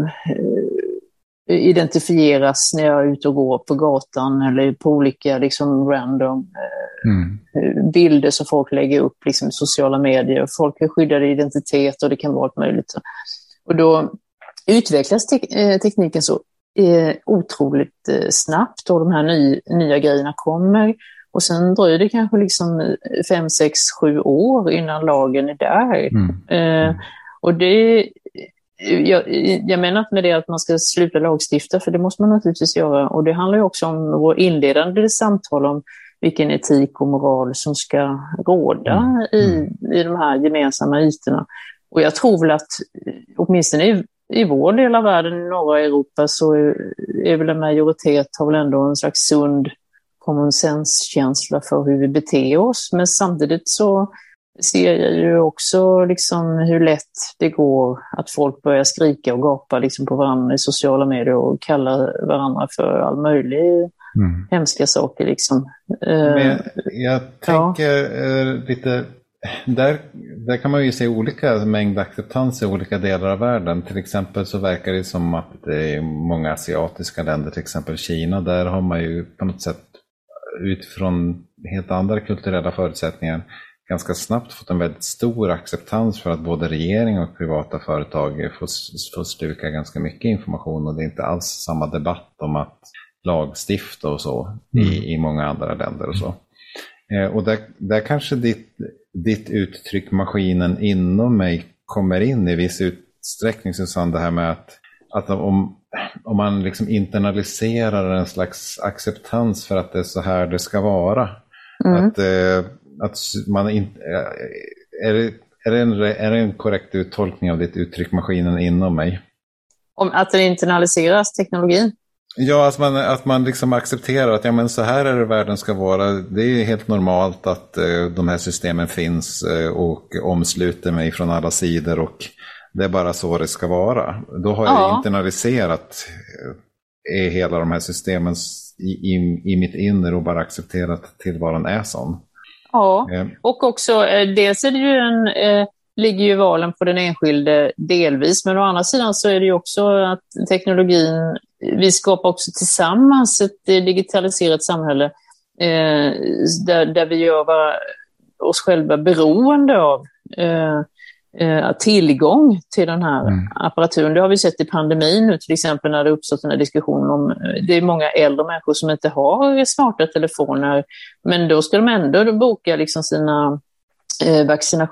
identifieras när jag är ute och går på gatan eller på olika liksom random eh, mm. bilder som folk lägger upp liksom i sociala medier. Folk har skyddade identitet och det kan vara allt möjligt. Och då utvecklas te- tekniken så eh, otroligt eh, snabbt och de här ny, nya grejerna kommer. Och sen dröjer det kanske liksom fem, sex, sju år innan lagen är där. Mm. Eh, och det, jag, jag menar inte med det att man ska sluta lagstifta, för det måste man naturligtvis göra. Och det handlar ju också om vår inledande samtal om vilken etik och moral som ska råda mm. i, i de här gemensamma ytorna. Och jag tror väl att åtminstone i, i vår del av världen, i norra Europa, så är, är väl en majoritet har väl ändå en slags sund common sense-känsla för hur vi beter oss. Men samtidigt så ser jag ju också liksom hur lätt det går att folk börjar skrika och gapa liksom på varandra i sociala medier och kalla varandra för all möjlig mm. hemska saker. Liksom. Men jag tänker ja. lite... Där, där kan man ju se olika mängd acceptans i olika delar av världen. Till exempel så verkar det som att det är många asiatiska länder, till exempel Kina, där har man ju på något sätt utifrån helt andra kulturella förutsättningar ganska snabbt fått en väldigt stor acceptans för att både regering och privata företag får, får sluka ganska mycket information, och det är inte alls samma debatt om att lagstifta och så mm. i, i många andra länder och så. Eh, och där, där kanske ditt, ditt uttryck maskinen inom mig kommer in i viss utsträckning, Susanne, det här med att, att om om man liksom internaliserar en slags acceptans för att det är så här det ska vara. Mm. Att, eh, att man inte... Är det, är, det en, är det en korrekt uttolkning av ditt uttryck maskinen inom mig? Om att det internaliseras, teknologin? Ja, att man, att man liksom accepterar att ja, men så här är det världen ska vara. Det är helt normalt att eh, de här systemen finns eh, och omsluter mig från alla sidor, och det är bara så det ska vara. Då har ja. jag internaliserat eh, hela de här systemen i, i, i mitt inre och bara accepterat tillvaron är sån. Ja, eh. och också eh, dels är det ju en, eh, ligger ju valen på den enskilde delvis, men å andra sidan så är det ju också att teknologin, vi skapar också tillsammans ett digitaliserat samhälle eh, där, där vi gör oss själva beroende av eh, tillgång till den här mm. apparaturen. Det har vi sett i pandemin nu, till exempel, när det uppstått den här diskussionen om det är många äldre människor som inte har smarta telefoner, men då ska de ändå boka liksom sina eh,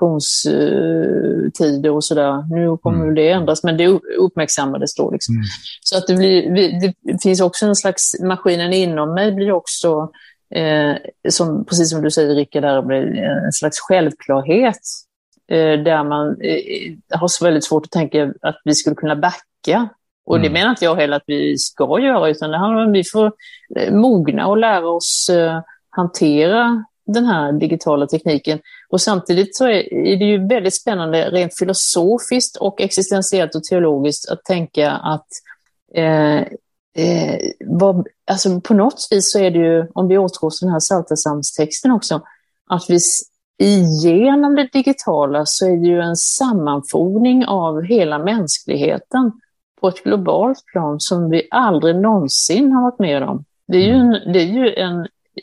vaccinationstider och sådär. Nu kommer mm. det ändras, men det uppmärksammades då liksom. Mm. Så att det, blir, det finns också en slags, maskinen inom mig blir också eh, som, precis som du säger, Rickard, där blir en slags självklarhet där man eh, har så väldigt svårt att tänka att vi skulle kunna backa. Och mm. det menar inte jag heller att vi ska göra, utan det handlar om att vi får eh, mogna och lära oss eh, hantera den här digitala tekniken. Och samtidigt så är, är det ju väldigt spännande rent filosofiskt och existentiellt och teologiskt att tänka att eh, eh, vad, alltså på något vis så är det ju, om vi återgår till den här Psaltarpsalmstexten också, att vi genom det digitala så är det ju en sammanfogning av hela mänskligheten på ett globalt plan som vi aldrig någonsin har varit med om. Det är ju en, det är ju en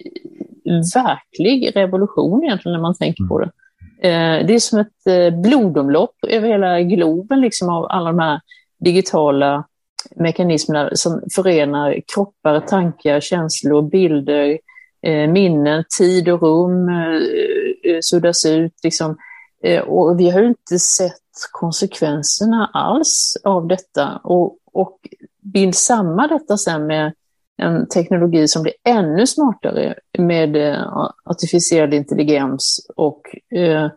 verklig revolution egentligen när man tänker på det. Det är som ett blodomlopp över hela globen liksom, av alla de här digitala mekanismerna som förenar kroppar, tankar, känslor, bilder, minnen, tid och rum suddas ut liksom. Och vi har ju inte sett konsekvenserna alls av detta och, och bind samman detta sen med en teknologi som blir ännu smartare med uh, artificiell intelligens och uh,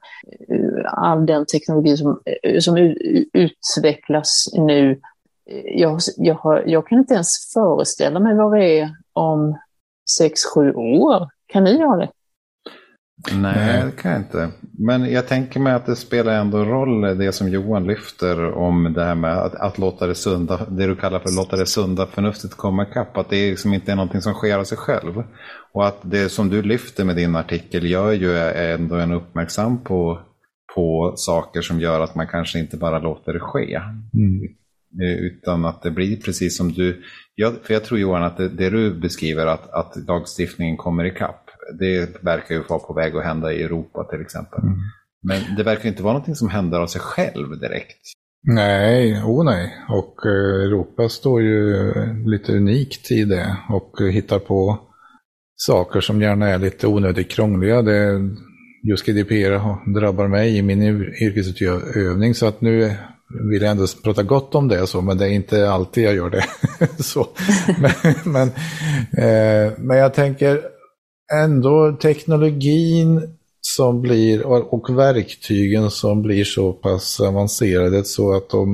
all den teknologi som, uh, som u- utvecklas nu. Jag, jag, har, jag kan inte ens föreställa mig vad vi är om sex, sju år. Kan ni göra det? Nej, det kan jag inte. Men jag tänker mig att det spelar ändå roll det som Johan lyfter om det här med att, att låta det sunda, det du kallar för att låta det sunda förnuftet komma ikapp. Att det liksom inte är någonting som sker av sig själv. Och att det som du lyfter med din artikel gör ju ändå en uppmärksam på, på saker som gör att man kanske inte bara låter det ske. Mm. Utan att det blir precis som du... Jag, för jag tror Johan att det, det du beskriver att, att lagstiftningen kommer ikapp. Det verkar ju vara på väg att hända i Europa till exempel. Mm. Men det verkar inte vara någonting som händer av sig själv direkt. Nej, oh nej. Och eh, Europa står ju lite unikt i det och hittar på saker som gärna är lite onödigt krångliga. Det, just G D P R drabbar mig i min yrkesutövning så att nu vill jag ändå prata gott om det så, men det är inte alltid jag gör det. så. Men, men, eh, men jag tänker ändå teknologin som blir och verktygen som blir så pass avancerade så att de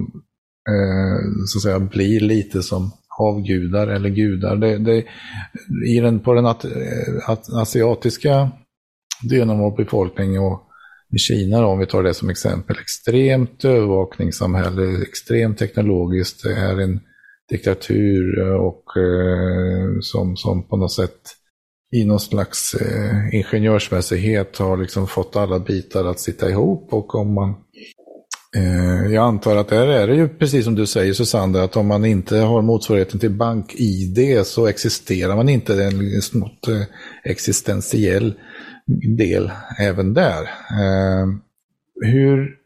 eh, så att säga blir lite som avgudar eller gudar. Det, det, i den, på den at, at, asiatiska delen av befolkningen och i Kina, om vi tar det som exempel, extremt övervakningssamhälle, extremt teknologiskt, det är en diktatur och eh, som, som på något sätt i någon slags eh, ingenjörsmässighet har liksom fått alla bitar att sitta ihop. Och om man eh, jag antar att där är det ju precis som du säger, Susanne, att om man inte har motsvarigheten till bank-I D så existerar man inte, det är en smått eh, existentiell del även där. Eh, hur,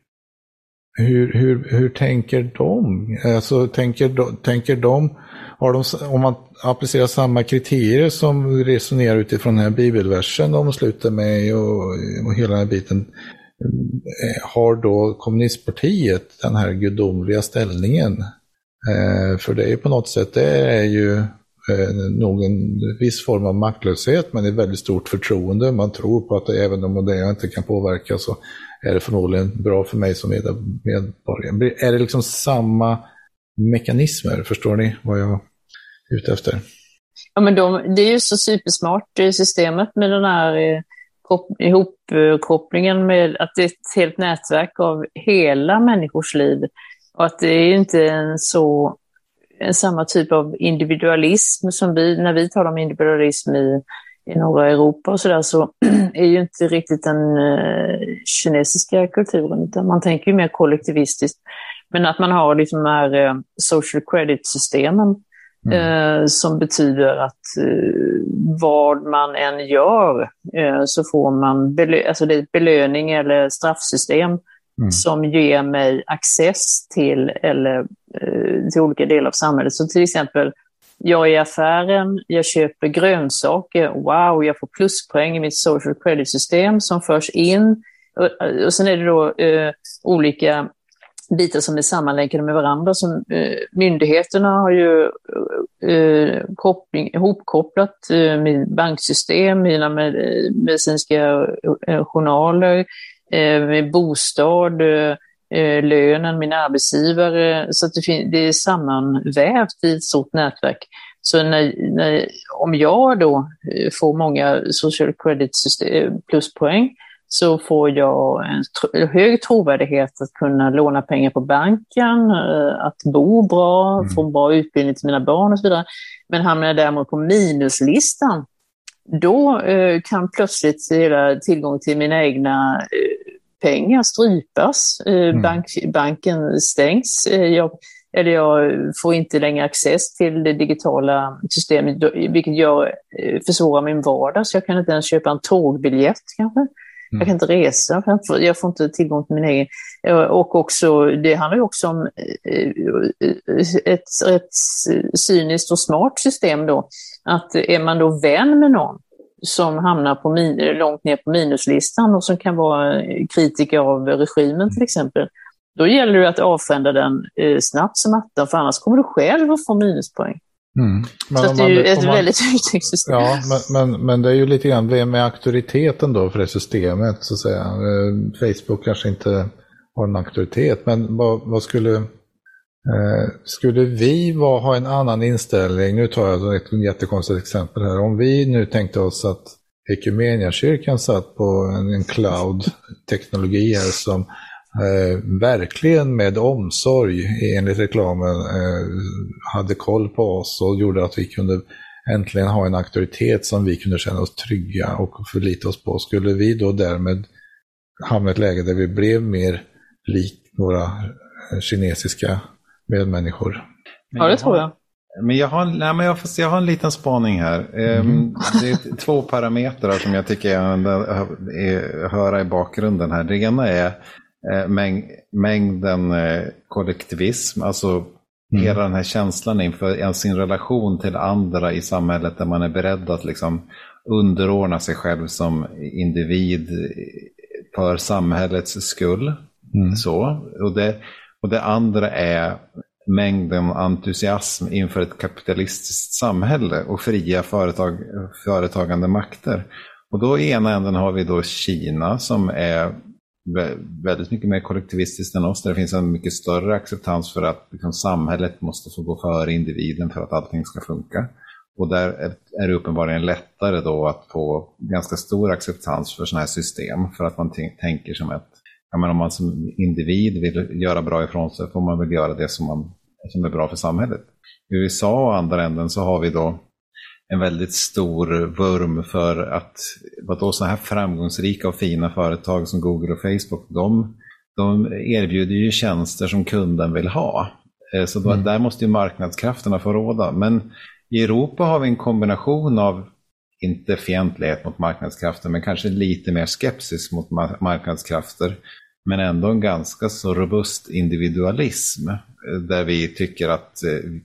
hur, hur, hur tänker de? Alltså tänker de, tänker de, har de, om man applicerar samma kriterier som resonerar utifrån den här bibelversen de slutar med och, och hela den här biten, har då kommunistpartiet den här gudomliga ställningen? Eh, för det är på något sätt, det är ju nog en viss form av maktlöshet, men det är väldigt stort förtroende. Man tror på att det, även om det jag inte kan påverka, så är det förmodligen bra för mig som medborgare. Är det liksom samma mekanismer? Förstår ni vad jag är ute efter? Ja, men de, det är ju så supersmart systemet med den här ihopkopplingen med att det är ett helt nätverk av hela människors liv och att det är inte en så en samma typ av individualism som vi, när vi talar om individualism i, i norra Europa och sådär, så är ju inte riktigt den eh, kinesiska kulturen, utan man tänker ju mer kollektivistiskt. Men att man har liksom de här eh, social credit-systemen mm. eh, som betyder att eh, vad man än gör eh, så får man belö- alltså det är ett belöning eller straffsystem Mm. som ger mig access till, eller, eh, till olika delar av samhället. Så till exempel, jag är i affären, jag köper grönsaker, wow, jag får pluspoäng i mitt social credit-system som förs in. Och, och sen är det då eh, olika bitar som är sammanlänkade med varandra. Som, eh, myndigheterna har ju eh, koppling, ihopkopplat eh, med banksystem, mina med, medicinska eh, journaler, med bostad, lönen, min arbetsgivare, så att det, fin- det är sammanvävt i ett stort nätverk. Så när, när, om jag då får många social credit pluspoäng så får jag en tro- hög trovärdighet att kunna låna pengar på banken, att bo bra, mm. få en bra utbildning till mina barn och så vidare. Men hamnar jag däremot på minuslistan, då eh, kan plötsligt hela tillgång till mina egna eh, pengar strypas. Eh, mm. bank, banken stängs. Eh, jag, eller jag får inte längre access till det digitala systemet, vilket jag eh, försvårar min vardag. Så jag kan inte ens köpa en tågbiljett kanske. Mm. Jag kan inte resa, för jag får, jag får inte tillgång till min egen. Och också, det handlar ju också om ett, ett cyniskt och smart system då. Att är man då vän med någon som hamnar på min, långt ner på minuslistan och som kan vara kritiker av regimen till exempel, då gäller det att avfända den eh, snabbt som attan, för annars kommer du själv att få minuspoäng. Mm. Men så det är ju ett man, väldigt uttryckssystem. Ja, men, men, men det är ju lite grann, vem är auktoriteten då för det systemet, så att säga. Facebook kanske inte har en auktoritet, men vad, vad skulle eh, skulle vi var, ha en annan inställning? Nu tar jag ett jättekonstigt exempel här. Om vi nu tänkte oss att Ekumeniakyrkan satt på en, en cloud-teknologi här som Eh, verkligen med omsorg enligt reklamen eh, hade koll på oss och gjorde att vi kunde äntligen ha en auktoritet som vi kunde känna oss trygga och förlita oss på. Skulle vi då därmed hamna i ett läge där vi blev mer lik våra kinesiska medmänniskor? Ja, det tror jag. Men jag har, nej, men jag, fast jag har en liten spaning här. Mm. Det är två parametrar som jag tycker jag är, höra i bakgrunden här. Det ena är Mäng, mängden eh, kollektivism, alltså mm. hela den här känslan inför sin relation till andra i samhället, där man är beredd att liksom underordna sig själv som individ för samhällets skull. Mm. Så. Och, det, och det andra är mängden entusiasm inför ett kapitalistiskt samhälle och fria företag, företagande makter. Och då i ena änden har vi då Kina som är väldigt mycket mer kollektivistiskt än oss, där det finns en mycket större acceptans för att liksom, samhället måste få gå före individen för att allting ska funka. Och där är det uppenbarligen lättare då att få ganska stor acceptans för sådana här system, för att man t- tänker som att ja, men om man som individ vill göra bra ifrån sig, får man väl göra det som, man, som är bra för samhället. I U S A och andra änden så har vi då en väldigt stor vurm för att vad då sådana här framgångsrika och fina företag som Google och Facebook, de, de erbjuder ju tjänster som kunden vill ha. Så då, mm. där måste ju marknadskrafterna få råda. Men i Europa har vi en kombination av, inte fientlighet mot marknadskrafter, men kanske lite mer skepsis mot marknadskrafter. Men ändå en ganska så robust individualism, där vi tycker att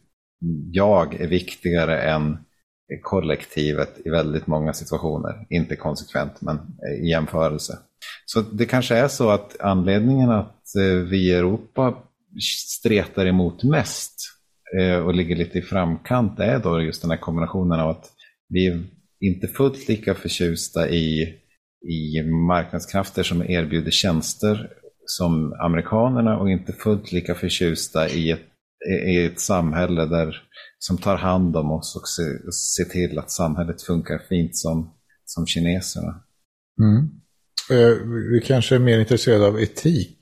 jag är viktigare än kollektivet i väldigt många situationer. Inte konsekvent, men i jämförelse. Så det kanske är så att anledningen att vi i Europa stretar emot mest och ligger lite i framkant är då just den här kombinationen av att vi är inte fullt lika förtjusta i, i marknadskrafter som erbjuder tjänster som amerikanerna, och inte fullt lika förtjusta i ett, i ett samhälle där som tar hand om oss och ser se till att samhället funkar fint som, som kineserna. Mm. Eh, vi kanske är mer intresserade av etik.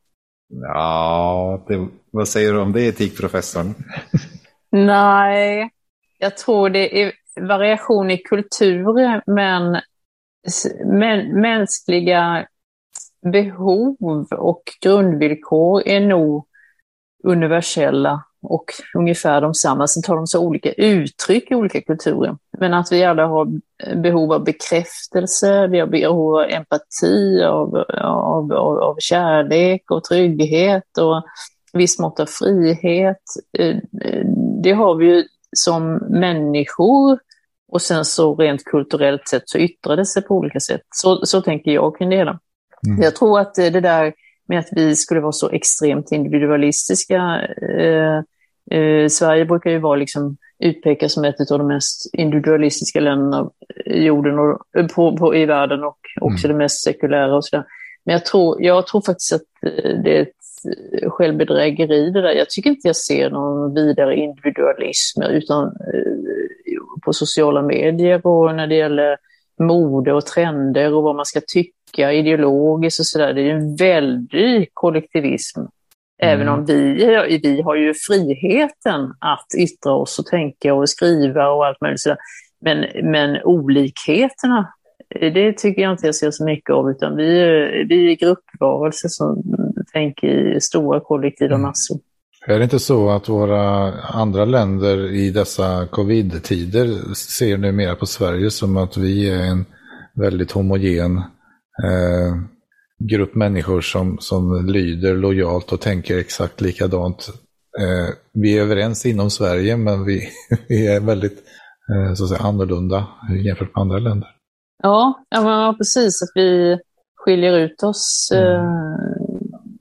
Ja, det, vad säger du om det, etikprofessorn? Nej, jag tror det är variation i kulturer, men, men mänskliga behov och grundvillkor är nog universella och ungefär de samma. Sen tar de så olika uttryck i olika kulturer. Men att vi alla har behov av bekräftelse, vi har behov av empati, av, av, av, av kärlek och trygghet och viss mått av frihet. Det har vi ju som människor, och sen så rent kulturellt sett så yttrar det sig på olika sätt. Så, så tänker jag kring det. Mm. Jag tror att det där med att vi skulle vara så extremt individualistiska. Eh, eh, Sverige brukar ju vara liksom utpekas som ett av de mest individualistiska länderna i jorden och, på, på, i världen, och också mm. det mest sekulära och sådär. Men jag tror, jag tror faktiskt att det är ett självbedrägeri det där. Jag tycker inte jag ser någon vidare individualism utan eh, på sociala medier och när det gäller mode och trender och vad man ska tycka ideologiskt och sådär. Det är ju en väldig kollektivism. Mm. Även om vi, vi har ju friheten att yttra oss och tänka och skriva och allt möjligt sådär. Men, men olikheterna, det tycker jag inte jag ser så mycket av, utan vi, vi är gruppvarelser som tänker i stora kollektiva massor. Är det inte så att våra andra länder i dessa covid-tider ser nu mer på Sverige som att vi är en väldigt homogen eh, grupp människor som, som lyder lojalt och tänker exakt likadant? Eh, vi är överens inom Sverige, men vi, vi är väldigt eh, så att säga, annorlunda jämfört med andra länder. Ja, ja, men precis. Att vi skiljer ut oss. Eh,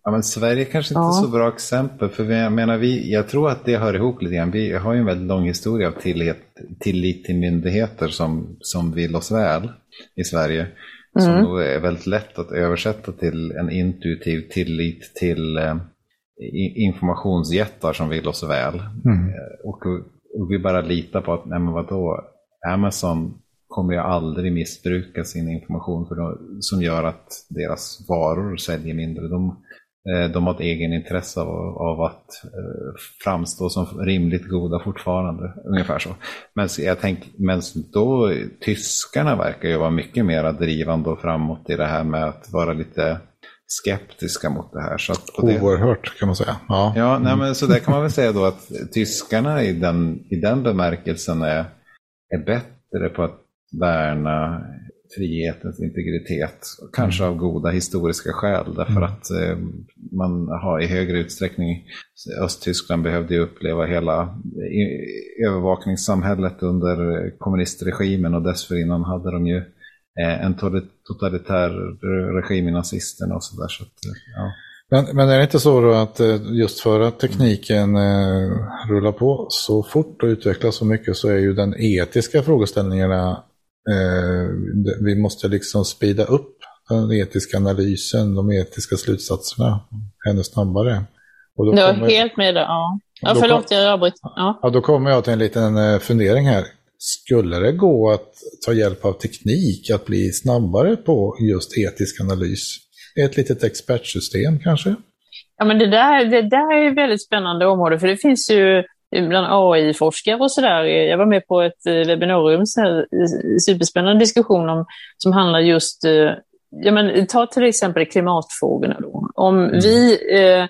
Ja, men Sverige kanske inte är ja. så bra exempel, för vi, jag menar, vi, jag tror att det hör ihop lite grann. Vi har ju en väldigt lång historia av tillit, tillit till myndigheter som, som vill oss väl i Sverige. Mm. Som då är väldigt lätt att översätta till en intuitiv tillit till eh, informationsjättar som vill oss väl. Mm. Och, och vi bara litar på att, nej men vadå, Amazon kommer ju aldrig missbruka sin information för då, som gör att deras varor säljer mindre. De, de har ett egen intresse av, av att framstå som rimligt goda fortfarande, ungefär så. Men jag tänker, men då tyskarna verkar ju vara mycket mer drivande och framåt i det här med att vara lite skeptiska mot det här. Så att på det, oerhört kan man säga. Ja, ja nej, men så där kan man väl säga då att tyskarna i den, i den bemärkelsen är, är bättre på att värna frihetens integritet, kanske av goda historiska skäl, därför mm. att eh, man har i högre utsträckning, Östtyskland behövde ju uppleva hela i, övervakningssamhället under kommunistregimen, och dessförinnan hade de ju eh, en totalitär regim i nazisterna och sådär. Så att, ja. Men, men är det inte så då att just för att tekniken eh, rullar på så fort och utvecklas så mycket, så är ju den etiska frågeställningarna, eh, vi måste liksom speeda upp den etiska analysen, de etiska slutsatserna ännu snabbare. Och då jag är kommer, helt med det, ja. Ja, förlåt, jag avbryter. Ja. Ja, då kommer jag till en liten fundering här. Skulle det gå att ta hjälp av teknik att bli snabbare på just etisk analys? Ett litet expertsystem kanske? Ja, men det där, det där är ett väldigt spännande område, för det finns ju bland A I-forskare och sådär. Jag var med på ett webbinarium, så superspännande diskussion om, som handlar just, ja men ta till exempel klimatfrågorna då. Om mm. vi eh,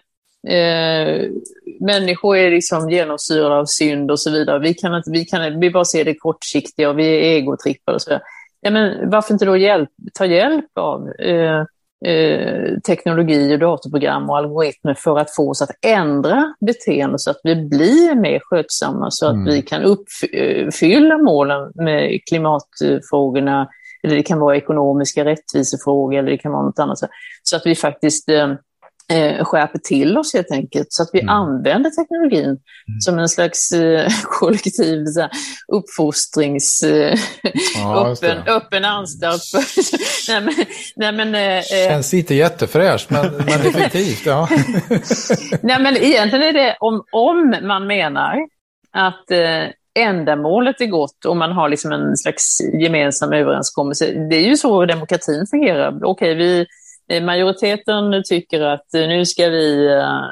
eh, människor är liksom genomsyrade av synd och så vidare. Vi kan inte, vi kan vi bara se det kortsiktiga och vi är egotrippade och så vidare. Ja, men varför inte då hjälp, ta hjälp av eh, Eh, teknologi och datorprogram och algoritmer för att få oss att ändra beteende så att vi blir mer skötsamma, så att mm. vi kan uppfylla målen med klimatfrågorna, eller det kan vara ekonomiska rättvisefrågor, eller det kan vara något annat, så att vi faktiskt eh, skärper till oss helt enkelt, så att vi mm. använder teknologin mm. som en slags eh, kollektiv så här, uppfostrings eh, ja, öppen, öppen anstalt. nej, men, nej, men, eh, känns inte jättefräscht, men, men effektivt. Ja. nej, men egentligen är det om, om man menar att eh, ändamålet är gott och man har liksom en slags gemensam överenskommelse. Det är ju så demokratin fungerar. Okej, vi majoriteten tycker att nu ska vi uh,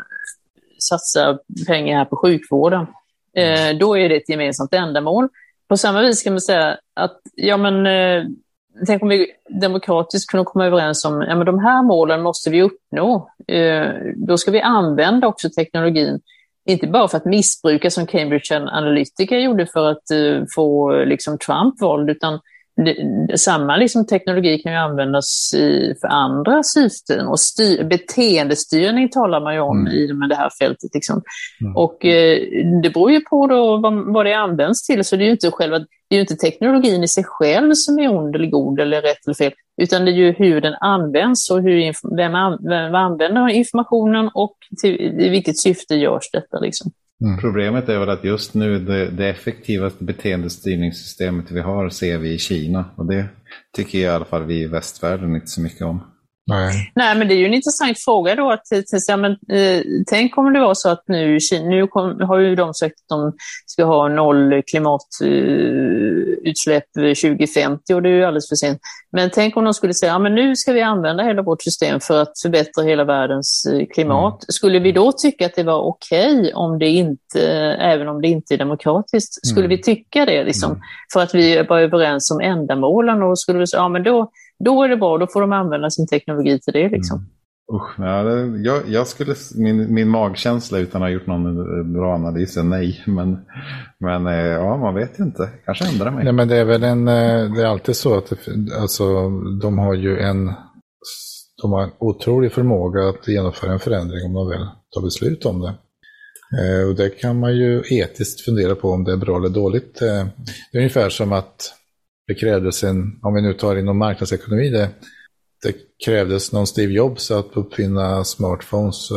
satsa pengar här på sjukvården. Uh, då är det ett gemensamt ändamål. På samma vis kan man säga att ja, men, uh, tänk om vi demokratiskt kunde komma överens om ja, men de här målen måste vi uppnå. Uh, då ska vi använda också teknologin. Inte bara för att missbruka som Cambridge Analytica gjorde för att uh, få liksom, Trump vald, utan Det, samma liksom, teknologi kan ju användas i, för andra syften, och styr, beteendestyrning talar man ju om mm. i med det här fältet liksom. mm. och eh, det beror ju på då vad, vad det används till, så det är ju inte själva, det är ju inte teknologin i sig själv som är ond eller god eller rätt eller fel, utan det är ju hur den används och hur, vem, vem använder informationen och till, i vilket syfte görs detta liksom. Mm. Problemet är väl att just nu det, det effektivaste beteendestyrningssystemet vi har ser vi i Kina, och det tycker jag i alla fall vi i västvärlden inte så mycket om. Nej, Nej men det är ju en intressant fråga då. Att, att, men, eh, tänk om det var så att nu, nu kom, har ju de sagt att de ska ha noll klimatutsläpp eh, tjugo femtio, och det är ju alldeles för sent. Men tänk om de skulle säga, ja, men nu ska vi använda hela vårt system för att förbättra hela världens eh, klimat. Mm. Skulle vi då tycka att det var okej om det inte, även om det inte är demokratiskt? Skulle mm. vi tycka det liksom? Mm. För att vi var överens om ändamålen, och skulle vi säga, ja men då Då är det bra, då får de använda sin teknologi till det liksom. Mm. Usch, ja, det, jag, jag skulle, min, min magkänsla utan att ha gjort någon bra analys är nej. Men, men ja, man vet ju inte. Kanske ändrar mig. Nej, men det är väl en, det är alltid så att det, alltså, de har ju en, de har en otrolig förmåga att genomföra en förändring om de väl tar beslut om det. Eh, och det kan man ju etiskt fundera på om det är bra eller dåligt. Eh, det är ungefär som att det krävdes en, om vi nu tar inom marknadsekonomi, det, det krävdes någon Steve Jobs att uppfinna smartphones,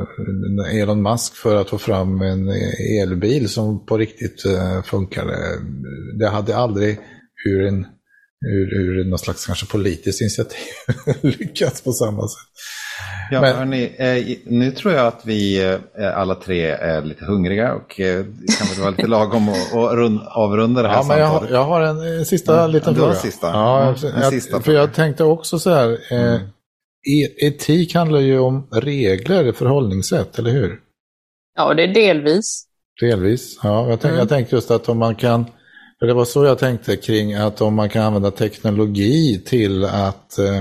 eh, Elon Musk för att få fram en elbil som på riktigt eh, funkade. Det hade aldrig ur en ur, ur någon slags kanske politiskt initiativ lyckats på samma sätt. Ja, Men, hörni, eh, nu tror jag att vi eh, alla tre är lite hungriga och eh, det kan väl vara lite lagom att och rund, avrunda det här ja, men jag, samtalet. har, jag har en, en sista Mm, liten du har fråga. sista. Ja, Mm, jag, en jag, sista för fråga. jag tänkte också så här, eh, Mm. e- etik handlar ju om regler, förhållningssätt, eller hur? Ja, det är delvis. Delvis, ja. Jag, tänk, Mm. jag tänkte just att om man kan, för det var så jag tänkte kring att om man kan använda teknologi till att eh,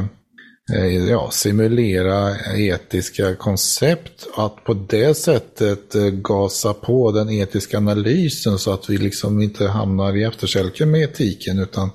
ja, simulera etiska koncept, att på det sättet eh, gasa på den etiska analysen så att vi liksom inte hamnar i efterkälken med etiken utan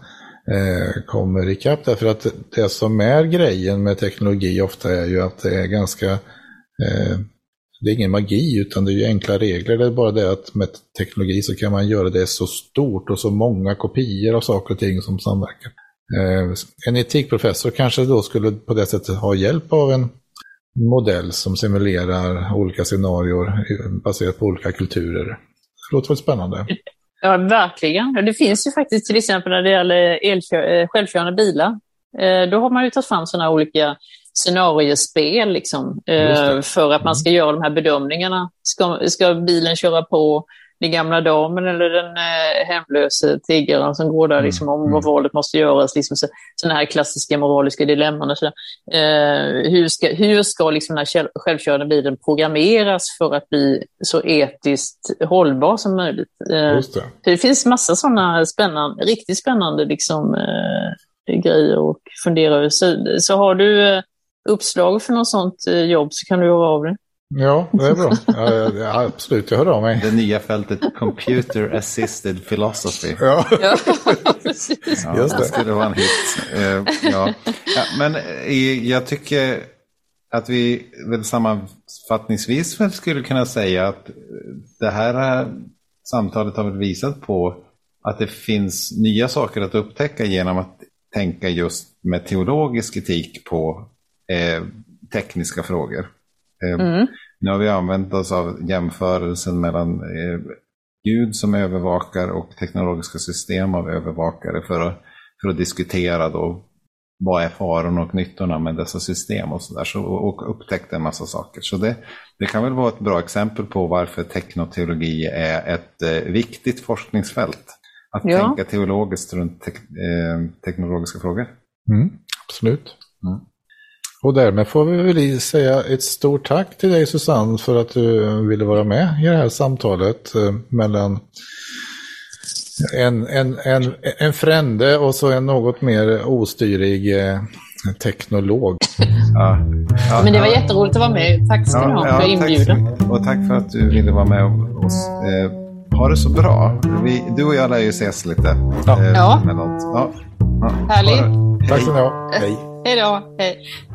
eh, kommer ikapp. Därför att det som är grejen med teknologi ofta är ju att det är ganska eh, det är ingen magi utan det är ju enkla regler. Det är bara det att med teknologi så kan man göra det så stort och så många kopior av saker och ting som samverkar. Eh, en etikprofessor kanske då skulle på det sättet ha hjälp av en modell som simulerar olika scenarier baserat på olika kulturer. Det låter väl spännande. Ja, verkligen. Det finns ju faktiskt till exempel när det gäller elkö- självkörande bilar. Eh, då har man ju tagit fram sådana olika scenariespel liksom, eh, för att man ska göra de här bedömningarna. Ska, ska bilen köra på den gamla damen eller den eh, hemlöse tiggaren som går där liksom, om vad valet måste göras. Liksom, så, sådana här klassiska moraliska dilemman. Och så eh, hur ska, hur ska liksom, den här självkörande bilen programmeras för att bli så etiskt hållbar som möjligt? Eh, Just det. det finns massa sådana spännande, riktigt spännande liksom, eh, grejer att fundera över. Så, så har du eh, uppslag för något sånt eh, jobb så kan du göra av det. Ja, det är bra. Ja, ja, absolut, jag hör av mig. Det nya fältet Computer Assisted Philosophy. Ja, Ja, precis. Ja, just det. det skulle vara en hit. Uh, ja. Ja, men uh, jag tycker att vi väl sammanfattningsvis väl skulle kunna säga att det här samtalet har väl visat på att det finns nya saker att upptäcka genom att tänka just med teologisk etik på eh, tekniska frågor. Eh, Mm. Nu har vi använt oss av jämförelsen mellan eh, Gud som övervakar och teknologiska system av övervakare för att, för att diskutera då vad är faran och nyttorna med dessa system och sådär, så, och upptäckte en massa saker. Så det, det kan väl vara ett bra exempel på varför teknoteologi är ett eh, viktigt forskningsfält. Att Ja. tänka teologiskt runt te- eh, teknologiska frågor. Mm, absolut. Mm. Och därmed får vi väl säga ett stort tack till dig Susanne för att du ville vara med i det här samtalet eh, mellan en, en, en, en frände och så en något mer ostyrig eh, teknolog. Ja. Ja, Men det var ja. jätteroligt att vara med. Tack ska du ha för tack så inbjudan. mycket. Och tack för att du ville vara med oss. Eh, ha det så bra. Vi, du och jag lär ju ses lite. Ja. Eh, Ja. med något. Ja. Ja. Härligt. Ha det. Tack så mycket. Hej. Hej då. Hej.